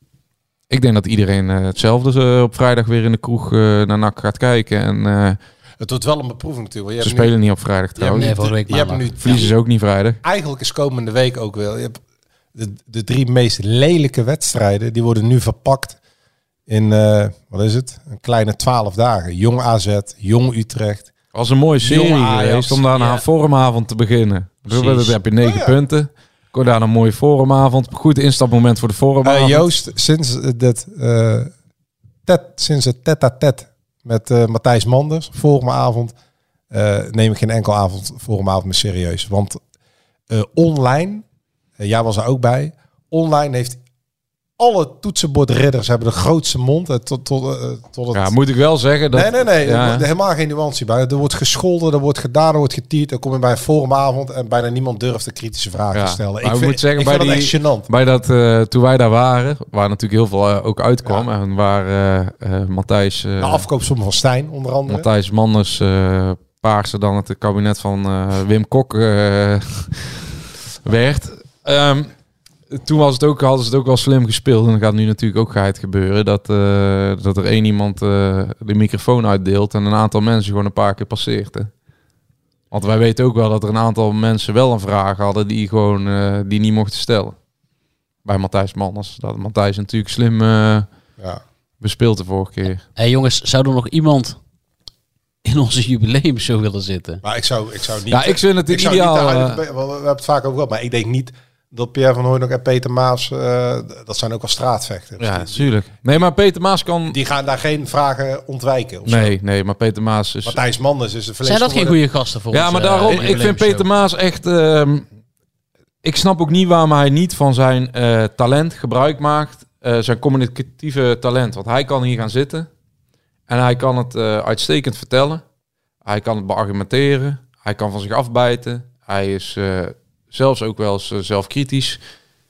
ik denk dat iedereen uh, hetzelfde uh, op vrijdag weer in de kroeg uh, naar N A C gaat kijken. En, uh, het wordt wel een beproeving natuurlijk. Je ze hebt spelen nu, niet op vrijdag trouwens. Nee, volgende week je hebt nu Verliezen ze ook niet vrijdag. Eigenlijk is komende week ook wel... Je hebt de, de drie meest lelijke wedstrijden, die worden nu verpakt in, uh, wat is het? Een kleine twaalf dagen. Jong A Z, Jong Utrecht. Was een mooie serie geweest om daar ja. een forumavond te beginnen. Dan heb je negen oh, ja. punten. Kon daar een mooie forumavond. Goed instapmoment voor de forumavond. Uh, Joost, sinds, dit, uh, tet, sinds het tête-à-tête met uh, Matthijs Manders, forumavond, uh, neem ik geen enkel avond forumavond meer serieus. Want uh, online, uh, jij was er ook bij, online heeft alle toetsenbordridders hebben de grootste mond. Uh, tot, tot, uh, tot het... Ja, moet ik wel zeggen dat... Nee, nee, nee. Ja. Er wordt helemaal geen nuance bij. Er wordt gescholden, er wordt gedaan, er wordt getierd. Dan kom je bij een forumavond en bijna niemand durft de kritische vragen Ja, te stellen. maar Ik ik vind, moet zeggen, ik bij vind dat die- echt gênant. Bij dat, uh, toen wij daar waren, waar natuurlijk heel veel uh, ook uitkwam. En waar uh, uh, Matthijs... Uh, De afkoopsom van Stijn, onder andere. Matthijs Manders uh, Paarse dan het kabinet van uh, Wim Kok uh, werd. Um, toen was het ook, hadden ze het ook wel slim gespeeld. En dan gaat nu natuurlijk ook geheid gebeuren. Dat, uh, dat er één iemand uh, de microfoon uitdeelt en een aantal mensen gewoon een paar keer passeert. Hè. Want wij weten ook wel dat er een aantal mensen wel een vraag hadden die gewoon uh, die niet mochten stellen. Bij Matthijs Manders. Dat Matthijs natuurlijk slim uh, ja. bespeeld de vorige keer. Hé hey jongens, zou er nog iemand in onze jubileumshow willen zitten? Maar ik zou, ik zou niet... Ja, ik vind het ik zou ideaal, Niet de huidige- uh, we, we hebben het vaak ook wel, maar ik denk niet dat Pierre van Hooijdonk en Peter Maas, uh, dat zijn ook wel straatvechters. Ja, die, natuurlijk. Nee, maar Peter Maas kan... die gaan daar geen vragen ontwijken. Of zo. Nee, nee, maar Peter Maas is... Matthijs Manders is de vlees. Zijn dat geen goede gasten voor Ja, ons, maar uh, daarom, ik vind jubileumshow? Peter Maas echt... Um, ik snap ook niet waarom hij niet van zijn uh, talent gebruik maakt. Uh, zijn communicatieve talent. Want hij kan hier gaan zitten. En hij kan het uh, uitstekend vertellen. Hij kan het beargumenteren. Hij kan van zich afbijten. Hij is uh, zelfs ook wel eens uh, zelfkritisch.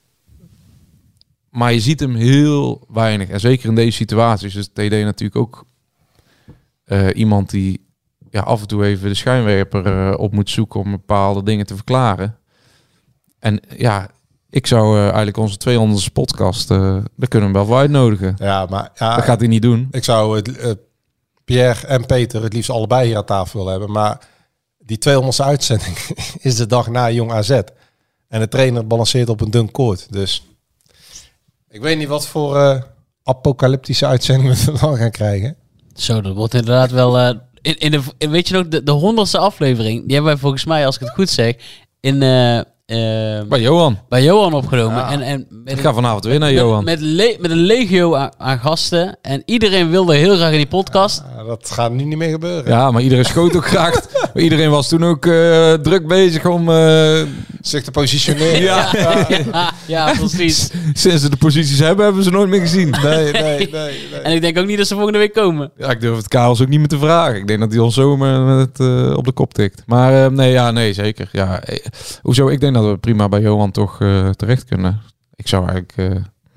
Maar je ziet hem heel weinig. En zeker in deze situaties is T D natuurlijk ook uh, iemand die ja, af en toe even de schijnwerper uh, op moet zoeken om bepaalde dingen te verklaren. En ja, ik zou uh, eigenlijk onze tweehonderdste podcast, uh, daar kunnen we hem wel voor uitnodigen. Ja, maar ja, Dat gaat hij niet doen. ik zou het, uh, Pierre en Peter het liefst allebei hier aan tafel willen hebben. Maar die tweehonderdste uitzending is de dag na Jong A Z. En de trainer balanceert op een dun koord. Dus ik weet niet wat voor uh, apocalyptische uitzending we dan gaan krijgen. Zo, dat wordt inderdaad wel... Uh, in, in de, in, weet je nog, de, de honderdste aflevering, die hebben wij volgens mij, als ik het goed zeg, in... Uh, Uh, bij Johan. Bij Johan opgenomen. Ja. En, en met Ik ga vanavond weer naar Johan. Met, met, le- met een legio aan, aan gasten. En iedereen wilde heel graag in die podcast. Ja, dat gaat nu niet meer gebeuren. Ja, maar iedereen schoot ook graag. Maar iedereen was toen ook uh, druk bezig om... Uh, zich te positioneren. Ja. Ja, ja, ja, precies. Sinds ze de posities hebben, hebben ze nooit meer gezien. Nee, nee, nee, nee. En ik denk ook niet dat ze volgende week komen. Ja, ik durf het Karels ook niet meer te vragen. Ik denk dat hij ons zomaar met het, uh, op de kop tikt. Maar uh, nee, ja, nee, zeker. Ja, eh, hoezo? Ik denk dat we prima bij Johan toch uh, terecht kunnen. Ik zou eigenlijk... Uh,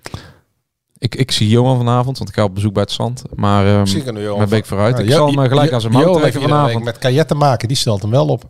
ik, ik zie Johan vanavond, want ik ga op bezoek bij het zand. Maar um, Misschien kunnen we Johan met Beek vooruit. Ja, ik Jo- zal hem uh, gelijk Jo- aan zijn mouw Johan trekken heeft iedere vanavond. week met kajetten maken, die stelt hem wel op.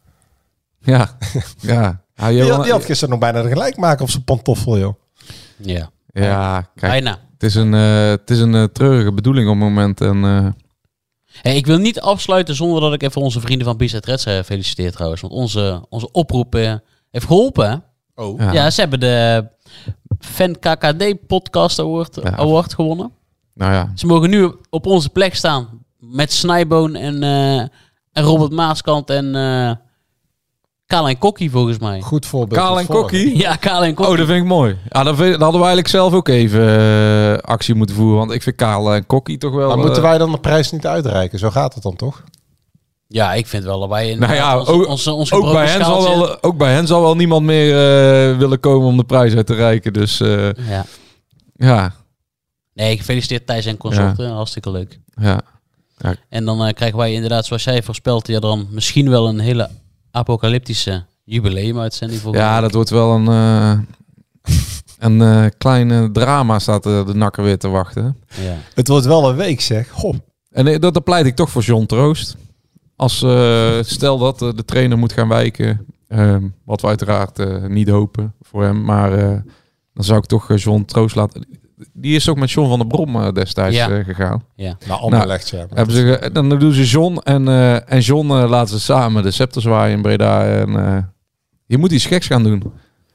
Ja, ja. ja Die, Johan, had- die had gisteren nog bijna de gelijk maken op zijn pantoffel, joh. Ja, ja, kijk. bijna. Het is een, uh, het is een uh, treurige bedoeling op het moment. En, uh, Hey, ik wil niet afsluiten zonder dat ik even onze vrienden van Bizet Reds uh, feliciteer trouwens. Want onze, onze oproep uh, heeft geholpen. Hè? Oh. ja. Ja, ze hebben de Fan K K D Podcast Award, Ja. Award gewonnen. Nou ja, Ze mogen nu op onze plek staan met Snijboon en, uh, en Robert Maaskant en uh, Kaal en Kokkie volgens mij. Goed voorbeeld. Kaal tot en volgen. Kokkie. Ja, Kaal en Oh, Kokkie. dat vind ik mooi. Ja, dat, vind, dat hadden we eigenlijk zelf ook even uh, actie moeten voeren. Want ik vind Kaal en Kokkie toch wel... Maar uh, moeten wij dan de prijs niet uitreiken? Zo gaat het dan toch? Ja, ik vind wel dat wij in Nou ja, onze, ook, onze, onze ook, bij gebroken hen zal schaaltje- wel, ook bij hen zal wel niemand meer uh, willen komen om de prijs uit te reiken. Dus uh, Ja. ja, Nee, gefeliciteerd Thijs en consorten. Hartstikke leuk. ja. En dan uh, krijgen wij inderdaad, zoals jij voorspelt, ja, dan misschien wel een hele apocalyptische jubileumuitzending voor. Ja, dat wordt wel een, uh, een uh, klein uh, drama staat uh, de nakker weer te wachten. Ja. Het wordt wel een week, zeg. Goh. En uh, dat, dat pleit ik toch voor John Troost. Als uh, stel dat uh, de trainer moet gaan wijken, uh, wat we uiteraard uh, niet hopen voor hem, maar uh, dan zou ik toch uh, John Troost laten. Die is ook met John van der Brom uh, destijds Ja. uh, gegaan. Ja. Nou, Anderlecht, ja. Hebben ze, ge- dan doen ze John en, uh, en John uh, laten ze samen de scepter zwaaien in Breda. En, uh, je moet iets geks gaan doen.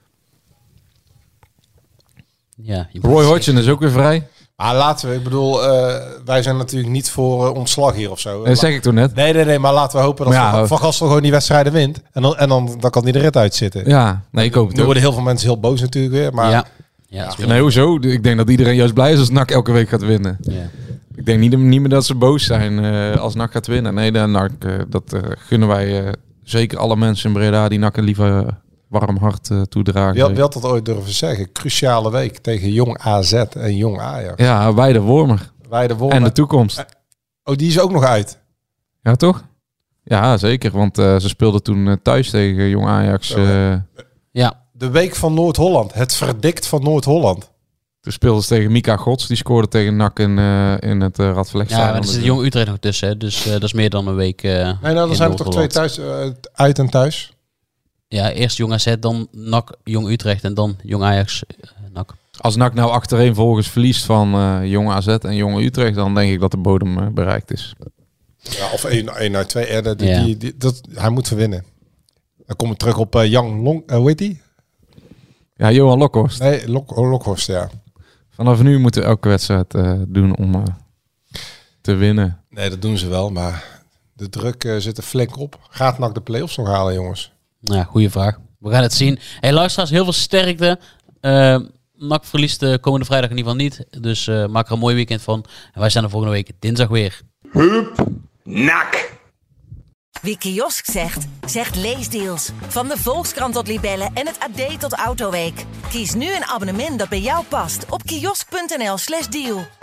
Ja, je moet Roy het Hodgson is ook weer vrij. Maar laten we, ik bedoel, uh, wij zijn natuurlijk niet voor uh, ontslag hier of zo. Dat zeg ik toen net. Nee, nee, nee, maar laten we hopen dat Maar ja, Van, Van Gastel gewoon die wedstrijden wint. En dan, en dan, dan kan hij de rit uitzitten. Ja, nee, ik hoop het Nu ook. worden heel veel mensen heel boos natuurlijk weer. Maar Ja. Ja, dat is Nee, hoezo? Ik denk dat iedereen juist blij is als N A C elke week gaat winnen. ja. Ik denk niet, niet meer dat ze boos zijn uh, als N A C gaat winnen. Nee, de N A C, uh, dat uh, gunnen wij uh, zeker alle mensen in Breda die N A C liever uh, warm hart uh, toedragen. Wie had, wie had dat ooit durven zeggen? Cruciale week tegen Jong A Z en Jong Ajax. Ja, wij de Wormer. Wij de Wormer. En de toekomst. Oh, die is ook nog uit. Ja, toch? Ja, zeker. Want uh, ze speelden toen uh, thuis tegen Jong Ajax. Uh, ja. De week van Noord-Holland. Het verdikt van Noord-Holland. Toen speelden ze tegen Mika Gods. Die scoorde tegen N A C in, uh, in het uh, Radverlegstadion. Ja, maar er zit Jong Utrecht nog tussen. Hè? Dus uh, dat is meer dan een week. Uh, nee, nou, dan zijn er toch twee thuis, uh, uit en thuis? Ja, eerst Jong A Z, dan N A C, Jong Utrecht en dan Jong Ajax, uh, N A C. Als N A C nou achtereenvolgens verliest van uh, Jong A Z en Jong Utrecht, dan denk ik dat de bodem uh, bereikt is. Ja, of één uit twee. Uh, die, ja. die, die, dat, hij moet verwinnen. Dan komen we terug op uh, Jan Long, uh, hoe heet die? Ja, Johan Lokhorst. Nee, Lok, oh, Lokhorst, ja. Vanaf nu moeten we elke wedstrijd uh, doen om uh, te winnen. Nee, dat doen ze wel, maar de druk uh, zit er flink op. Gaat N A C de play-offs nog halen, jongens? Ja, goede vraag. We gaan het zien. Hey, luisteraars, heel veel sterkte. Uh, N A C verliest de komende vrijdag in ieder geval niet. Dus uh, maak er een mooi weekend van. En wij zijn er volgende week dinsdag weer. Hup, N A C. Wie kiosk zegt, zegt leesdeals. Van de Volkskrant tot Libellen en het A D tot Autoweek. Kies nu een abonnement dat bij jou past op kiosk punt n l slash deal.